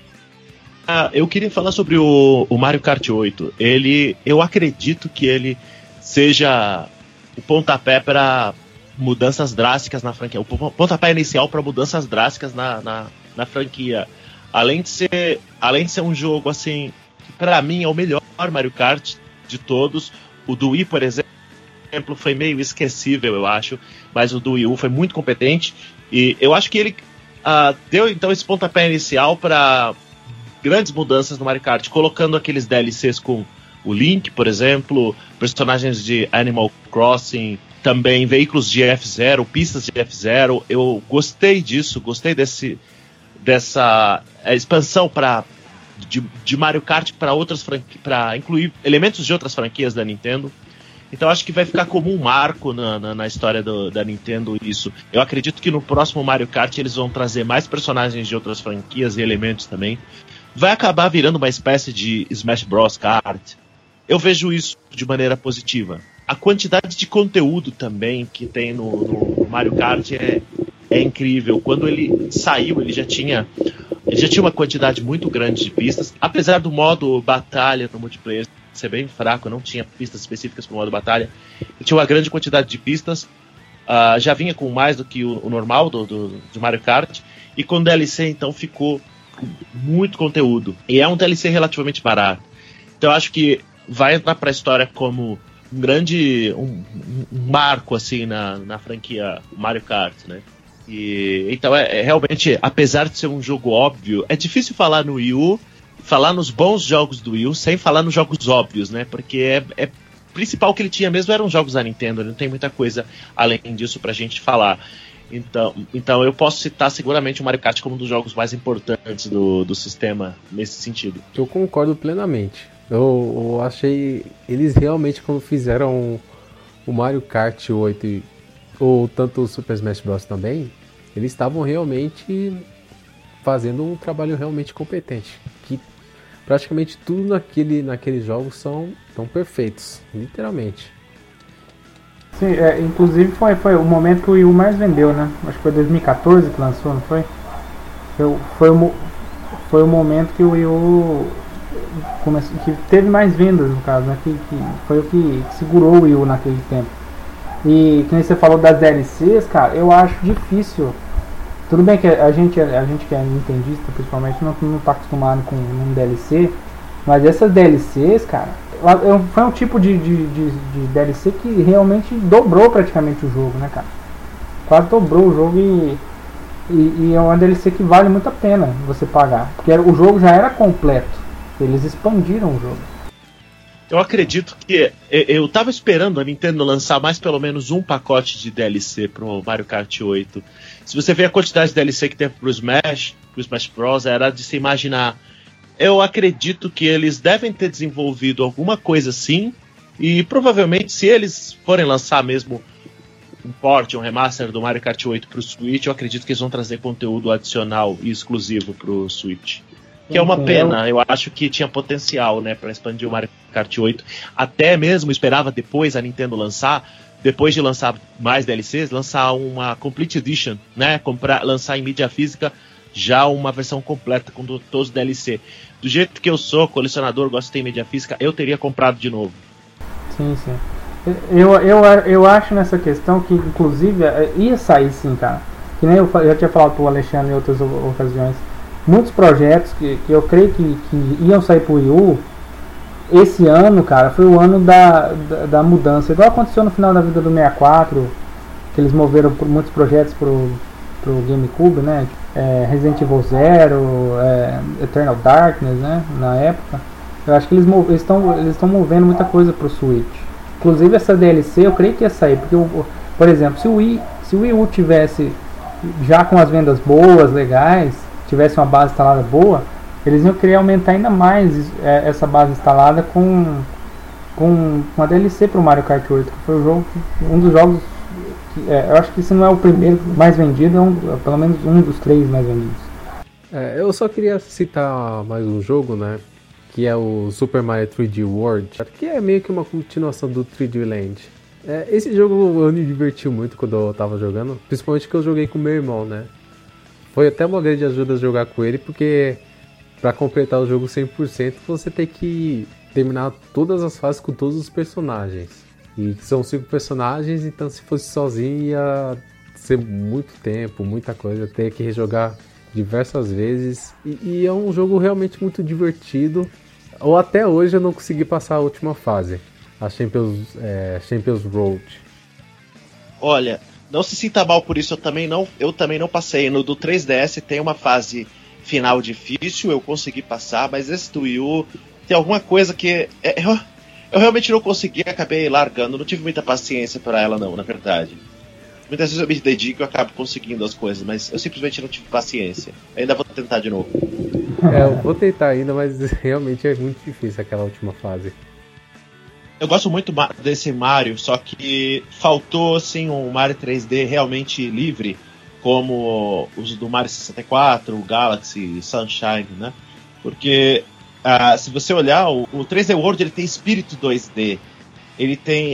Eu queria falar sobre o Mario Kart 8. Eu acredito que ele seja o pontapé para mudanças drásticas na franquia. O pontapé inicial para mudanças drásticas na franquia. Além de ser um jogo, assim, para mim é o melhor Mario Kart de todos. O do Wii, por exemplo, foi meio esquecível, eu acho. Mas o do Wii U foi muito competente. E eu acho que ele deu, então, esse pontapé inicial para grandes mudanças no Mario Kart, colocando aqueles DLCs com o Link, por exemplo, personagens de Animal Crossing, também veículos de F-Zero, pistas de F-Zero. Eu gostei disso, gostei dessa expansão de Mario Kart para outras para incluir elementos de outras franquias da Nintendo. Então acho que vai ficar como um marco na história da Nintendo isso. Eu acredito que no próximo Mario Kart eles vão trazer mais personagens de outras franquias e elementos também. Vai acabar virando uma espécie de Smash Bros. Kart. Eu vejo isso de maneira positiva. A quantidade de conteúdo também que tem no Mario Kart é incrível. Quando ele saiu, ele já tinha uma quantidade muito grande de pistas. Apesar do modo batalha no multiplayer ser bem fraco, não tinha pistas específicas para o modo batalha. Ele tinha uma grande quantidade de pistas. Já vinha com mais do que o normal do Mario Kart. E com DLC, então, ficou muito conteúdo. E é um DLC relativamente barato. Então eu acho que vai entrar para a história como um grande marco assim na franquia Mario Kart, né? E então realmente, apesar de ser um jogo óbvio, é difícil falar no Wii U, falar nos bons jogos do Wii U sem falar nos jogos óbvios, né? Porque principal que ele tinha mesmo eram jogos da Nintendo, não tem muita coisa além disso pra gente falar. Então eu posso citar seguramente o Mario Kart como um dos jogos mais importantes do sistema nesse sentido. Eu concordo plenamente. Eu achei, eles realmente quando fizeram o Mario Kart 8 ou tanto o Super Smash Bros também, eles estavam realmente fazendo um trabalho realmente competente, que praticamente tudo naqueles jogos são tão perfeitos, literalmente. Sim, inclusive foi o momento que o Wii U mais vendeu, né? Acho que foi 2014 que lançou, não foi? Foi o momento que o Wii U começou, que teve mais vendas, no caso, né? Que foi o que segurou o Wii U naquele tempo. E que nem você falou das DLCs, cara, eu acho difícil. Tudo bem que a gente que é nintendista, principalmente, não tá acostumado com um DLC, mas essas DLCs, cara, foi um tipo de DLC que realmente dobrou praticamente o jogo, né, cara? Quase dobrou o jogo e é uma DLC que vale muito a pena você pagar, porque o jogo já era completo, eles expandiram o jogo. Eu acredito que eu tava esperando a Nintendo lançar mais pelo menos um pacote de DLC pro Mario Kart 8. Se você vê a quantidade de DLC que tem pro Smash Bros, era de se imaginar. Eu acredito que eles devem ter desenvolvido alguma coisa assim, e provavelmente se eles forem lançar mesmo um port, um remaster do Mario Kart 8 pro Switch, eu acredito que eles vão trazer conteúdo adicional e exclusivo pro Switch. Que é uma pena, eu acho que tinha potencial, né, para expandir o Mario Kart 8. Até mesmo esperava depois a Nintendo lançar, depois de lançar mais DLCs, lançar uma Complete Edition, né, lançar em mídia física já uma versão completa com todos os DLC. Do jeito que eu sou, colecionador, gosto de ter mídia física, eu teria comprado de novo. Sim. Eu acho nessa questão que, inclusive, ia sair sim, cara. Que nem eu já tinha falado pro Alexandre em outras ocasiões. Muitos projetos que eu creio que iam sair pro Wii U, esse ano, cara, foi o ano da mudança. Igual aconteceu no final da vida do 64, que eles moveram muitos projetos pro GameCube, né? Resident Evil Zero, Eternal Darkness, né? Na época. Eu acho que eles estão movendo muita coisa pro Switch. Inclusive essa DLC eu creio que ia sair, porque, por exemplo, se o Wii U tivesse já com as vendas boas, legais, tivesse uma base instalada boa, eles iam querer aumentar ainda mais essa base instalada com uma DLC pro Mario Kart 8, que foi um dos jogos que, eu acho que se não é o primeiro mais vendido, é pelo menos um dos 3 mais vendidos. Eu só queria citar mais um jogo, né, que é o Super Mario 3D World, que é meio que uma continuação do 3D Land. Esse jogo eu me diverti muito quando eu tava jogando, principalmente que eu joguei com meu irmão, né. Foi até uma grande ajuda jogar com ele, porque para completar o jogo 100% você tem que terminar todas as fases com todos os personagens. E são 5 personagens, então se fosse sozinho ia ser muito tempo, muita coisa, ter que rejogar diversas vezes. E é um jogo realmente muito divertido. Ou até hoje eu não consegui passar a última fase, a Champions Road. Olha, não se sinta mal por isso, eu também não passei. No do 3DS tem uma fase final difícil, eu consegui passar, mas esse do Wii U tem alguma coisa que eu realmente não consegui, acabei largando, não tive muita paciência para ela não, na verdade. Muitas vezes eu me dedico e acabo conseguindo as coisas, mas eu simplesmente não tive paciência. Ainda vou tentar de novo. Eu vou tentar ainda, mas realmente é muito difícil aquela última fase. Eu gosto muito desse Mario, só que faltou assim um Mario 3D realmente livre, como os do Mario 64, o Galaxy, Sunshine, né? Porque se você olhar, o 3D World ele tem espírito 2D. Ele tem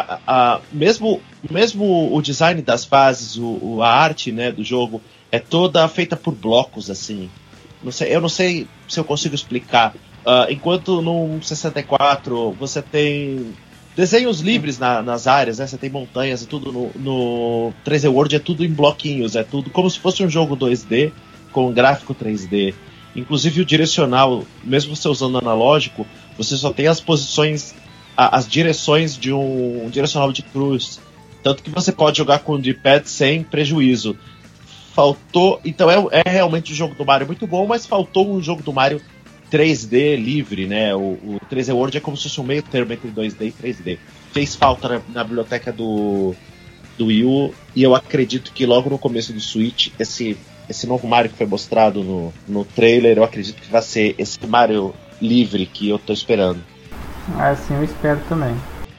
mesmo o design das fases, a arte, né, do jogo é toda feita por blocos assim. Eu não sei se eu consigo explicar. Enquanto no 64 você tem desenhos livres nas áreas, né? Você tem montanhas e tudo. No 3D World é tudo em bloquinhos, é tudo como se fosse um jogo 2D com um gráfico 3D. Inclusive o direcional, mesmo você usando analógico, você só tem as posições, as direções de um direcional de cruz. Tanto que você pode jogar com o D-pad sem prejuízo. Faltou. Então é realmente um jogo do Mario muito bom, mas faltou um jogo do Mario 3D livre, né? O 3D World é como se fosse um meio termo entre 2D e 3D. Fez falta na biblioteca do Wii U, e eu acredito que logo no começo do Switch, esse novo Mario que foi mostrado no trailer, eu acredito que vai ser esse Mario livre que eu tô esperando. Assim eu espero também.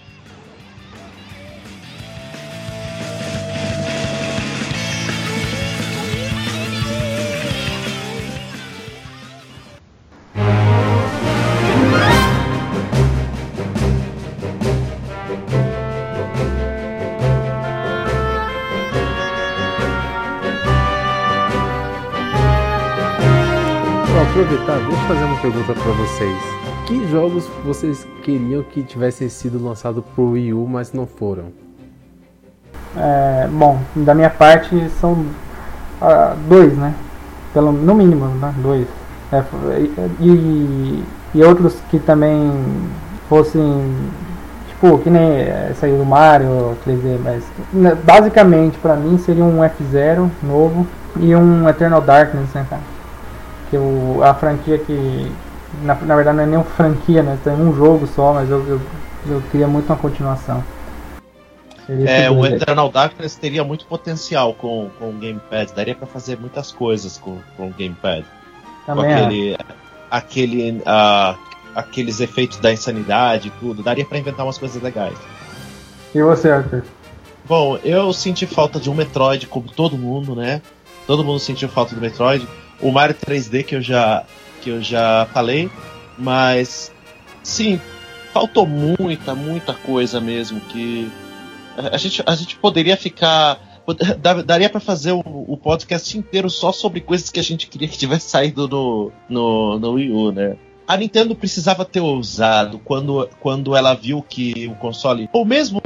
Aproveitar, deixa eu fazer uma pergunta para vocês. Que jogos vocês queriam que tivessem sido lançados pro Wii U, mas não foram? Bom, da minha parte são 2, né? No mínimo, né? 2. E outros que também fossem, tipo, que nem saiu do Mario 3D, mas basicamente pra mim seria um F-Zero novo e um Eternal Darkness, né, cara? Que a franquia que na verdade não é nem uma franquia, né? Tem um jogo só, mas eu queria muito uma continuação. O Eternal Darkness teria muito potencial com o Gamepad, daria pra fazer muitas coisas com o Gamepad. Também com aqueles efeitos da insanidade e tudo, daria pra inventar umas coisas legais. E você, Arthur? Bom, eu senti falta de um Metroid, como todo mundo, né? Todo mundo sentiu falta do Metroid. O Mario 3D que eu já falei, mas sim, faltou muita coisa mesmo, que a gente poderia ficar, daria para fazer o podcast inteiro só sobre coisas que a gente queria que tivesse saído no Wii U, né? A Nintendo precisava ter ousado quando ela viu que o console, ou mesmo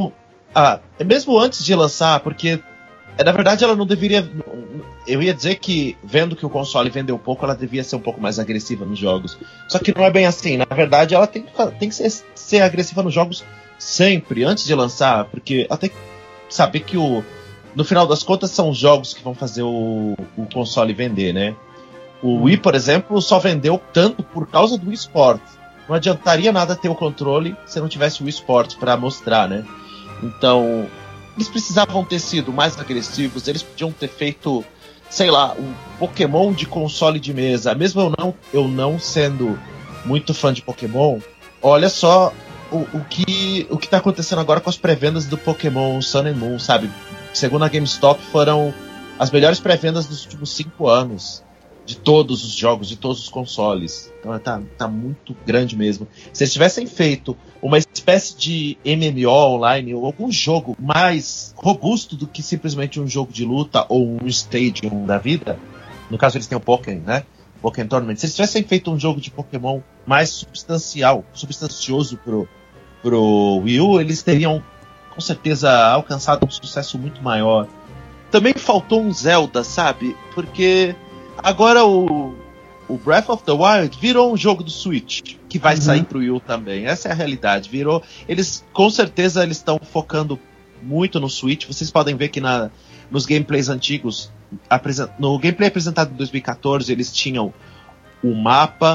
antes de lançar, porque na verdade ela não deveria. Eu ia dizer que, vendo que o console vendeu pouco, ela devia ser um pouco mais agressiva nos jogos. Só que não é bem assim. Na verdade, ela tem que ser agressiva nos jogos sempre, antes de lançar, porque ela tem que saber que no final das contas são os jogos que vão fazer o console vender, né? O Wii, por exemplo, só vendeu tanto por causa do Wii Sports. Não adiantaria nada ter o controle se não tivesse o Wii Sports para mostrar, né? Então, eles precisavam ter sido mais agressivos, eles podiam ter feito, sei lá, um Pokémon de console de mesa. Mesmo eu não sendo muito fã de Pokémon, olha só o que tá acontecendo agora com as pré-vendas do Pokémon Sun and Moon, sabe? Segundo a GameStop, foram as melhores pré-vendas dos últimos 5 anos. De todos os jogos, de todos os consoles. Então tá muito grande mesmo. Se eles tivessem feito uma espécie de MMO online ou algum jogo mais robusto do que simplesmente um jogo de luta ou um Stadium da vida, no caso eles têm o Pokémon, né? Pokémon Tournament. Se eles tivessem feito um jogo de Pokémon mais substancioso pro Wii U, eles teriam com certeza alcançado um sucesso muito maior. Também faltou um Zelda, sabe? Porque agora o Breath of the Wild virou um jogo do Switch, que vai sair pro Wii U também. Essa é a realidade. Com certeza eles estão focando muito no Switch. Vocês podem ver que nos gameplays antigos, no gameplay apresentado em 2014, eles tinham o mapa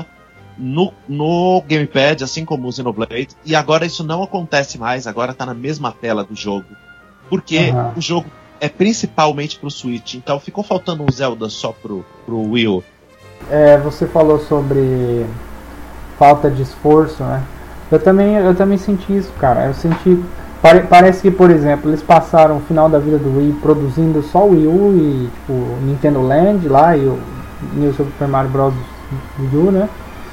no Gamepad, assim como o Xenoblade, e agora isso não acontece mais, agora tá na mesma tela do jogo. Porque o jogo é principalmente pro Switch, então ficou faltando um Zelda só pro Wii U. Você falou sobre falta de esforço, né? Eu também senti isso, cara. Eu senti. Parece que, por exemplo, eles passaram o final da vida do Wii produzindo só o Wii U e tipo, Nintendo Land lá e o New Super Mario Bros. Wii U, né?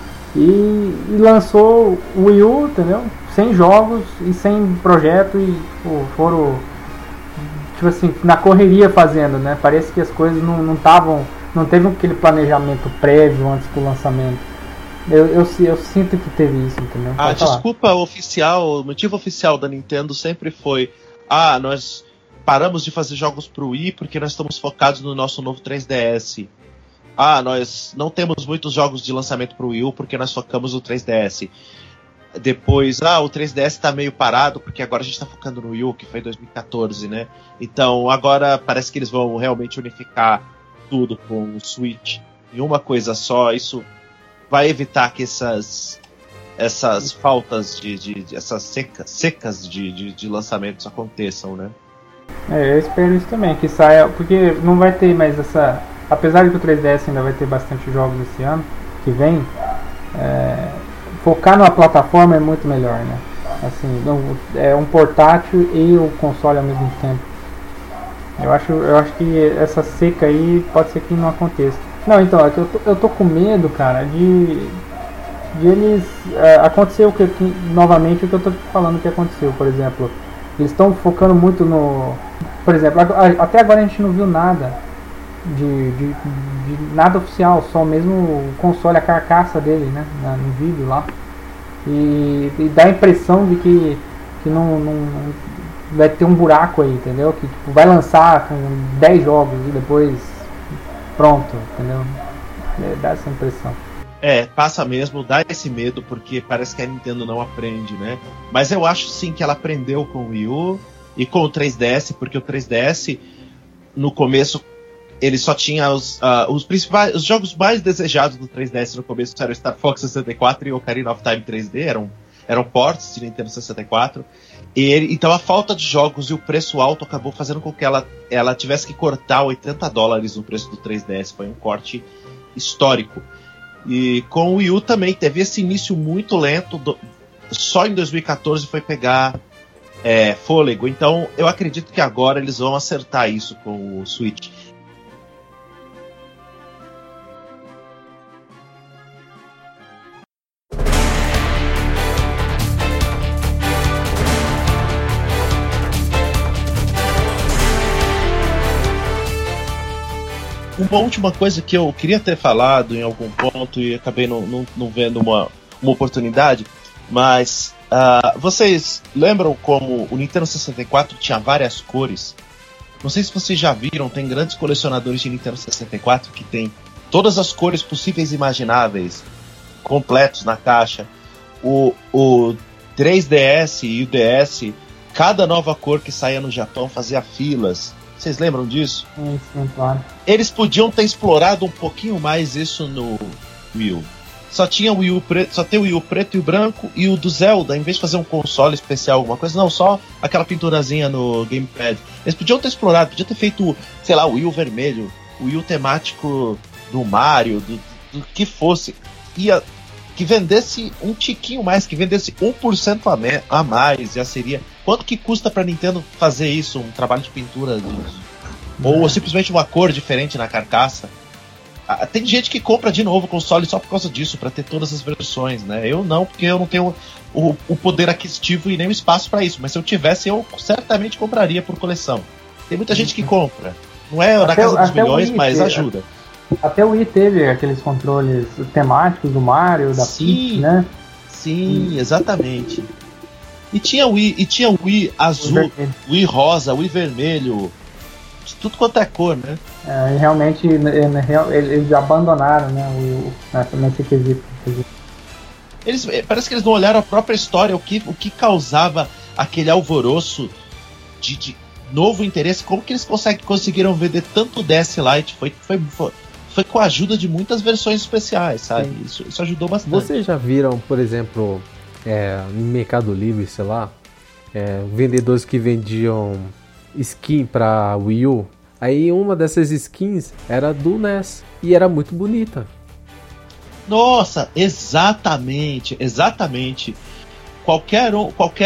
E lançou o Wii U, entendeu? Sem jogos e sem projeto e tipo, foram tipo assim, na correria fazendo, né? Parece que as coisas não teve aquele planejamento prévio antes do lançamento. Eu sinto que teve isso, entendeu? A desculpa oficial, o motivo oficial da Nintendo sempre foi: nós paramos de fazer jogos pro Wii porque nós estamos focados no nosso novo 3DS. Nós não temos muitos jogos de lançamento pro Wii U porque nós focamos no 3DS. Depois, o 3DS tá meio parado porque agora a gente tá focando no Wii U, que foi em 2014, né? Então agora parece que eles vão realmente unificar tudo com o Switch em uma coisa só. Isso vai evitar que essas faltas essas secas de lançamentos aconteçam, né? Eu espero isso também, que saia, porque não vai ter mais essa, apesar de que o 3DS ainda vai ter bastante jogos esse ano que vem, focar numa plataforma é muito melhor, né? Assim, é um portátil e o console ao mesmo tempo. Eu acho que essa seca aí pode ser que não aconteça. Não, então, eu tô com medo, cara, de eles acontecer novamente o que eu tô falando que aconteceu, por exemplo. Eles estão focando muito no... Por exemplo, até agora a gente não viu nada de nada oficial, só mesmo o console, a carcaça dele, né, no vídeo lá. E dá a impressão de que não vai ter um buraco aí, entendeu? Que tipo, vai lançar com 10 jogos e depois pronto, entendeu? Dá essa impressão. Passa mesmo, dá esse medo, porque parece que a Nintendo não aprende, né? Mas eu acho sim que ela aprendeu com o Wii U e com o 3DS, porque o 3DS, no começo, ele só tinha os jogos mais desejados do 3DS no começo eram Star Fox 64 e Ocarina of Time 3D, eram ports de Nintendo 64. Então a falta de jogos e o preço alto acabou fazendo com que ela tivesse que cortar $80 no preço do 3DS. Foi um corte histórico. E com o Wii U também teve esse início muito lento, só em 2014 foi pegar fôlego. Então eu acredito que agora eles vão acertar isso com o Switch. Uma última coisa que eu queria ter falado em algum ponto e acabei não vendo uma oportunidade, mas vocês lembram como o Nintendo 64 tinha várias cores? Não sei se vocês já viram, tem grandes colecionadores de Nintendo 64 que tem todas as cores possíveis e imagináveis completos na caixa. O 3DS e o DS, cada nova cor que saía no Japão fazia filas. Vocês lembram disso? Sim, claro. Eles podiam ter explorado um pouquinho mais isso no Wii U. Só tem o Wii U preto e o branco e o do Zelda, em vez de fazer um console especial, alguma coisa, não, só aquela pinturazinha no gamepad. Eles podiam ter explorado, podiam ter feito, sei lá, o Wii U vermelho, o Wii U temático do Mario, do que fosse. Que vendesse um tiquinho mais, que vendesse 1% a mais, já seria... Quanto que custa pra Nintendo fazer isso, um trabalho de pintura disso? Ou simplesmente uma cor diferente na carcaça? Tem gente que compra de novo o console só por causa disso, pra ter todas as versões, né? Eu não, porque eu não tenho o poder aquisitivo e nem o espaço pra isso, mas se eu tivesse, eu certamente compraria por coleção. Tem muita gente que compra. Não é na casa dos milhões, mas ajuda. Até o Wii teve aqueles controles temáticos do Mario, da Peach, né? Sim, exatamente. E tinha o Wii azul, Wii rosa, Wii vermelho, de tudo quanto é cor, né? Realmente eles abandonaram, né, o nesse quesito. Parece que eles não olharam a própria história, o que causava aquele alvoroço de novo interesse. Como que eles conseguiram vender tanto DS Lite? Foi com a ajuda de muitas versões especiais, sabe? Isso ajudou bastante. Vocês já viram, por exemplo, no Mercado Livre, sei lá, vendedores que vendiam skin pra Wii U? Aí uma dessas skins era do NES e era muito bonita. Nossa, exatamente. Qualquer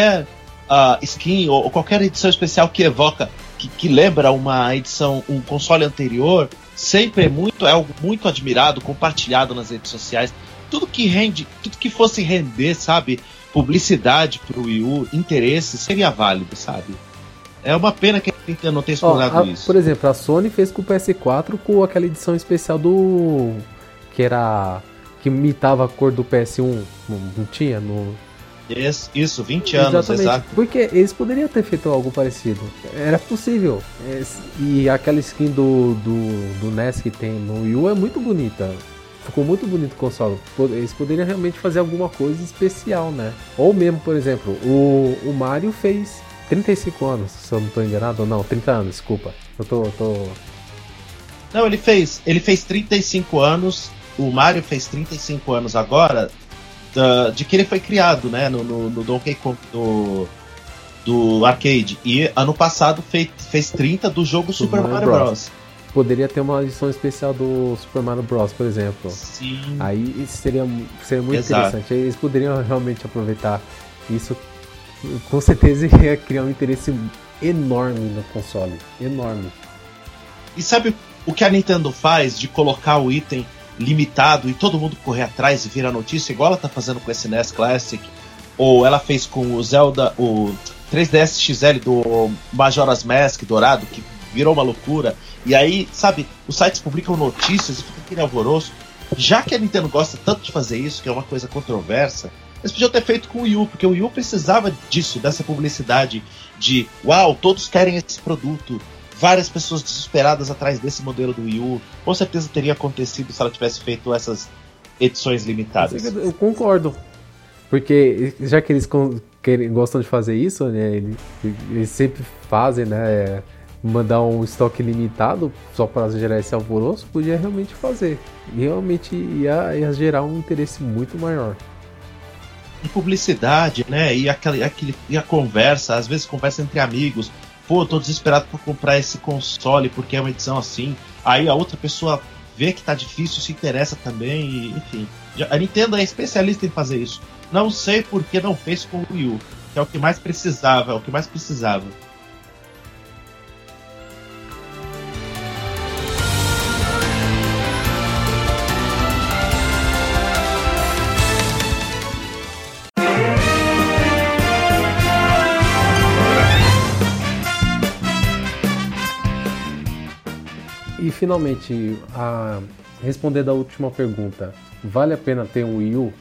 skin ou qualquer edição especial que evoca, que lembra uma edição, um console anterior, sempre é algo muito admirado, compartilhado nas redes sociais. Tudo que fosse render, sabe, publicidade pro Wii U, interesse, seria válido, sabe? É uma pena que a Nintendo não tenha explorado isso. Por exemplo, a Sony fez com o PS4 com aquela edição especial que imitava a cor do PS1, não tinha? Isso, 20 anos, exato. Porque eles poderiam ter feito algo parecido. Era possível. E aquela skin do NES que tem no Wii U é muito bonita. Ficou muito bonito o console. Eles poderiam realmente fazer alguma coisa especial, né? Ou mesmo, por exemplo, o Mario fez 35 anos, se eu não estou enganado. Não, 30 anos, desculpa. Eu tô... Não, ele fez 35 anos o Mario fez 35 anos agora de que ele foi criado, né, no Donkey Kong do arcade. E ano passado fez 30 do jogo Super Mario Bros. Poderia ter uma edição especial do Super Mario Bros, por exemplo. Sim. Aí seria muito interessante. Aí eles poderiam realmente aproveitar isso. Com certeza ia criar um interesse enorme no console. Enorme. E sabe o que a Nintendo faz de colocar o item limitado e todo mundo correr atrás e virar notícia, igual ela tá fazendo com esse NES Classic, ou ela fez com o Zelda, o 3DS XL do Majora's Mask dourado, que virou uma loucura. E aí, sabe, os sites publicam notícias e fica aquele alvoroço. Já que a Nintendo gosta tanto de fazer isso, que é uma coisa controversa, eles podiam ter feito com o Wii U, porque o Wii U precisava disso, dessa publicidade de uau, todos querem esse produto, várias pessoas desesperadas atrás desse modelo do Wii U. Com certeza teria acontecido se ela tivesse feito essas edições limitadas. Eu concordo, porque já que eles gostam de fazer isso, né, eles sempre fazem, né, mandar um estoque limitado só para gerar esse alvoroço, podia realmente fazer. E realmente ia gerar um interesse muito maior. E publicidade, né? E a conversa, às vezes conversa entre amigos. Pô, tô desesperado por comprar esse console porque é uma edição assim. Aí a outra pessoa vê que tá difícil, se interessa também, e, enfim. A Nintendo é especialista em fazer isso. Não sei por que não fez com o Wii U, que é o que mais precisava, E finalmente, respondendo a última pergunta, vale a pena ter um Wii U?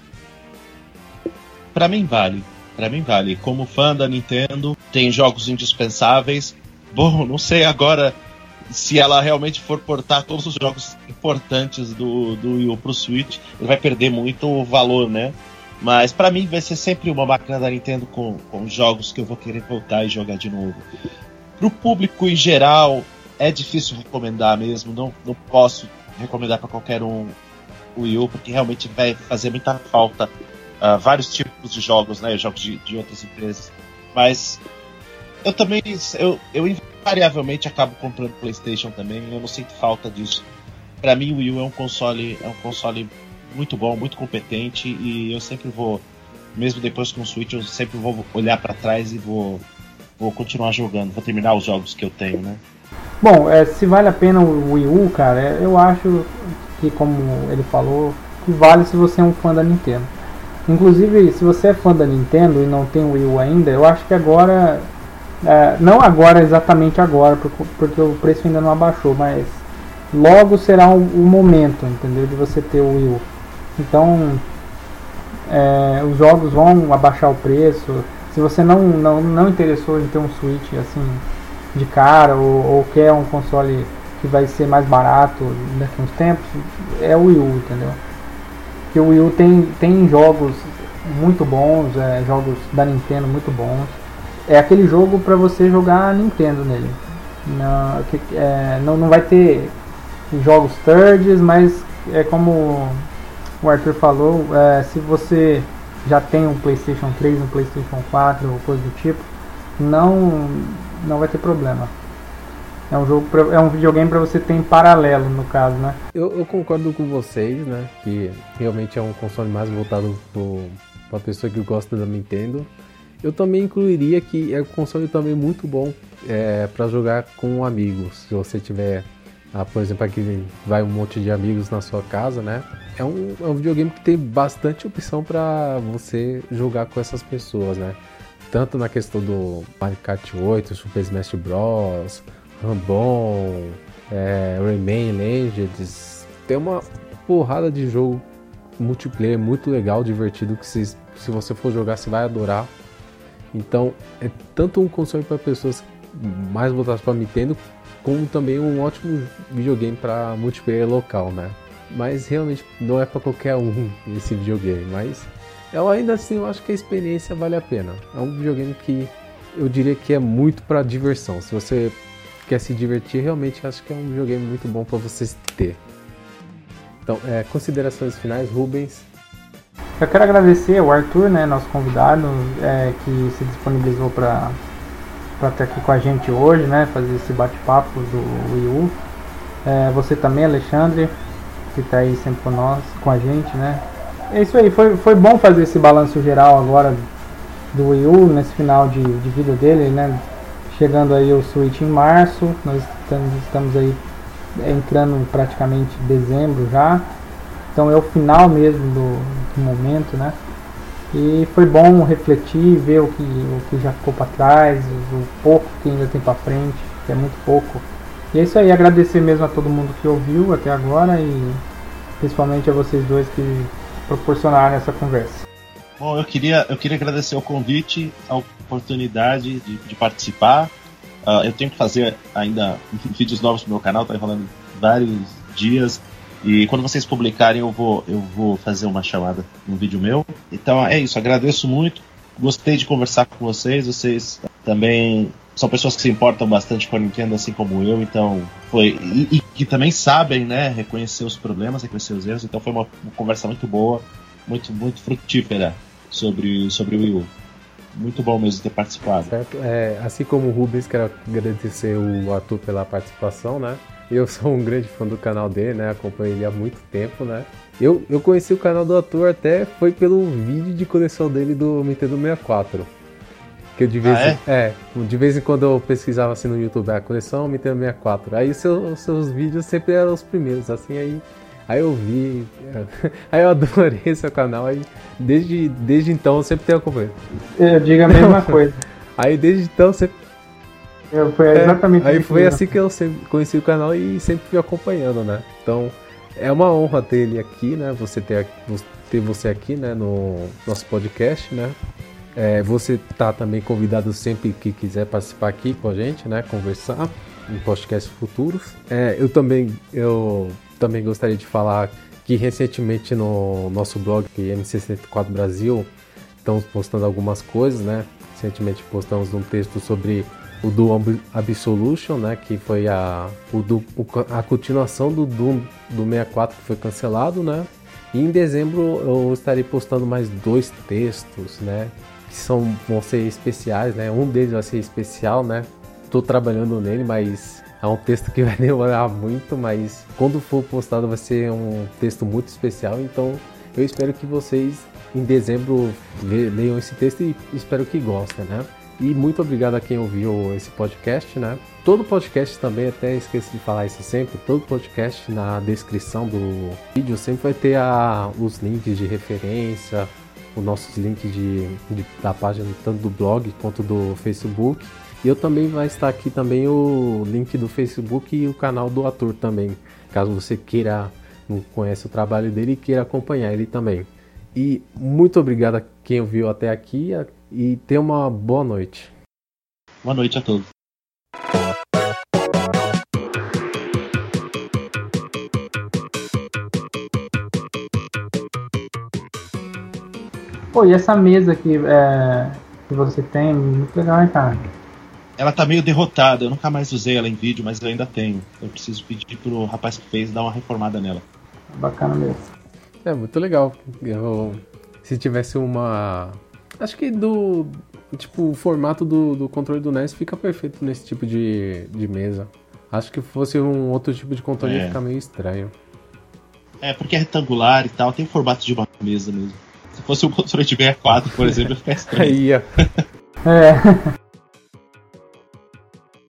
Pra mim vale. Como fã da Nintendo, tem jogos indispensáveis. Bom, não sei agora se ela realmente for portar todos os jogos importantes do Wii U pro Switch, ele vai perder muito o valor, né? Mas pra mim vai ser sempre uma máquina da Nintendo com jogos que eu vou querer voltar e jogar de novo. Pro público em geral, é difícil recomendar mesmo, não posso recomendar para qualquer um o Wii U, porque realmente vai fazer muita falta vários tipos de jogos, né, jogos de outras empresas. Mas eu também, eu invariavelmente acabo comprando PlayStation também, eu não sinto falta disso. Para mim o Wii U é um console muito bom, muito competente, e eu sempre vou, mesmo depois com o Switch, eu sempre vou olhar para trás e vou continuar jogando, vou terminar os jogos que eu tenho, né? Bom, se vale a pena o Wii U, cara, eu acho que, como ele falou, que vale se você é um fã da Nintendo. Inclusive, se você é fã da Nintendo e não tem o Wii U ainda, eu acho que agora, não agora, exatamente agora, porque o preço ainda não abaixou, mas logo será o momento, entendeu, de você ter o Wii U. Então, os jogos vão abaixar o preço. Se você não interessou em ter um Switch assim de cara, ou quer um console que vai ser mais barato daqui a uns tempos, é o Wii U, entendeu? Porque o Wii U tem jogos muito bons, jogos da Nintendo muito bons. É aquele jogo para você jogar Nintendo nele. Não vai ter jogos thirds, mas é como o Arthur falou, se você já tem um PlayStation 3, um PlayStation 4 ou coisa do tipo, não vai ter problema. É um videogame para você ter em paralelo, no caso, né? Eu concordo com vocês, né? Que realmente é um console mais voltado para a pessoa que gosta da Nintendo. Eu também incluiria que é um console também muito bom para jogar com amigos. Se você tiver, por exemplo, aqui vai um monte de amigos na sua casa, né? É um videogame que tem bastante opção para você jogar com essas pessoas, né? Tanto na questão do Mario Kart 8, Super Smash Bros, Rambon, Rayman Legends. Tem uma porrada de jogo multiplayer muito legal, divertido, que se você for jogar você vai adorar. Então é tanto um console para pessoas mais voltadas para Nintendo, como também um ótimo videogame para multiplayer local, né? Mas realmente não é para qualquer um esse videogame, mas ainda assim eu acho que a experiência vale a pena. É um videogame que eu diria que é muito para diversão. Se você quer se divertir, realmente acho que é um videogame muito bom para você ter. Então, considerações finais, Rubens. Eu quero agradecer ao Arthur, né, nosso convidado, que se disponibilizou para estar aqui com a gente hoje, né, fazer esse bate-papo do Wii U. Você também, Alexandre, que está aí sempre com a gente, né. É isso aí, foi bom fazer esse balanço geral agora do Wii U, nesse final de vida dele, né. Chegando aí o Switch em março, nós estamos aí entrando praticamente em dezembro já. Então é o final mesmo do momento, né? E foi bom refletir, ver o que já ficou para trás, o pouco que ainda tem para frente, que é muito pouco. E é isso aí, agradecer mesmo a todo mundo que ouviu até agora e principalmente a vocês dois que proporcionaram essa conversa. Bom, eu queria agradecer o convite, a oportunidade de participar. Eu tenho que fazer ainda vídeos novos pro meu canal, tá enrolando vários dias. E quando vocês publicarem eu vou fazer uma chamada no vídeo meu. Então é isso, agradeço muito. Gostei de conversar com vocês. Vocês também são pessoas que se importam bastante com a Nintendo, assim como eu. Então e que também sabem, né, reconhecer os problemas, reconhecer os erros. Então foi uma conversa muito boa, muito frutífera sobre o Wii U. Muito bom mesmo ter participado. Certo. Assim como o Rubens, quero agradecer o Arthur pela participação, né? Eu sou um grande fã do canal dele, né? Acompanho ele há muito tempo, né? Eu conheci o canal do Arthur até foi pelo vídeo de coleção dele do Nintendo 64. Que eu de vez em quando eu pesquisava assim no YouTube, a coleção Nintendo 64. Aí seus vídeos sempre eram os primeiros, assim, aí eu vi, aí eu adorei seu canal, aí desde então eu sempre tenho acompanhado. Eu digo a mesma coisa. Aí desde então sempre... Foi exatamente aí foi assim que eu sempre conheci o canal e sempre fui acompanhando, né? Então é uma honra ter ele aqui, né? Ter você aqui, né? No nosso podcast, né? Você tá também convidado sempre que quiser participar aqui com a gente, né? Conversar em podcasts futuros. Eu também gostaria de falar que recentemente no nosso blog M64 Brasil estamos postando algumas coisas, né? Recentemente postamos um texto sobre o Doom Absolution, né? Que foi a continuação do Doom do 64 que foi cancelado, né? E em dezembro eu estarei postando mais 2 textos, né? Que vão ser especiais, né? Um deles vai ser especial, né? Tô trabalhando nele, mas é um texto que vai demorar muito, mas quando for postado vai ser um texto muito especial, então eu espero que vocês em dezembro leiam esse texto e espero que gostem, né? E muito obrigado a quem ouviu esse podcast, né? Todo podcast também, até esqueci de falar isso sempre, todo podcast na descrição do vídeo sempre vai ter os links de referência, os nossos links da página tanto do blog quanto do Facebook. E eu também vai estar aqui também o link do Facebook e o canal do Arthur também, caso você não conhece o trabalho dele e queira acompanhar ele também. E muito obrigado a quem ouviu até aqui e tenha uma boa noite. Boa noite a todos. Pô, e essa mesa aqui que você tem, muito legal, hein, cara? Ela tá meio derrotada, eu nunca mais usei ela em vídeo, mas eu ainda tenho. Eu preciso pedir pro rapaz que fez dar uma reformada nela. Bacana mesmo. Muito legal. Se tivesse acho que o formato do controle do NES fica perfeito nesse tipo de mesa. Acho que fosse um outro tipo de controle ia ficar meio estranho. Porque é retangular e tal, tem o formato de uma mesa mesmo. Se fosse um controle de 64, por exemplo, ia ficar estranho. Aí, ó.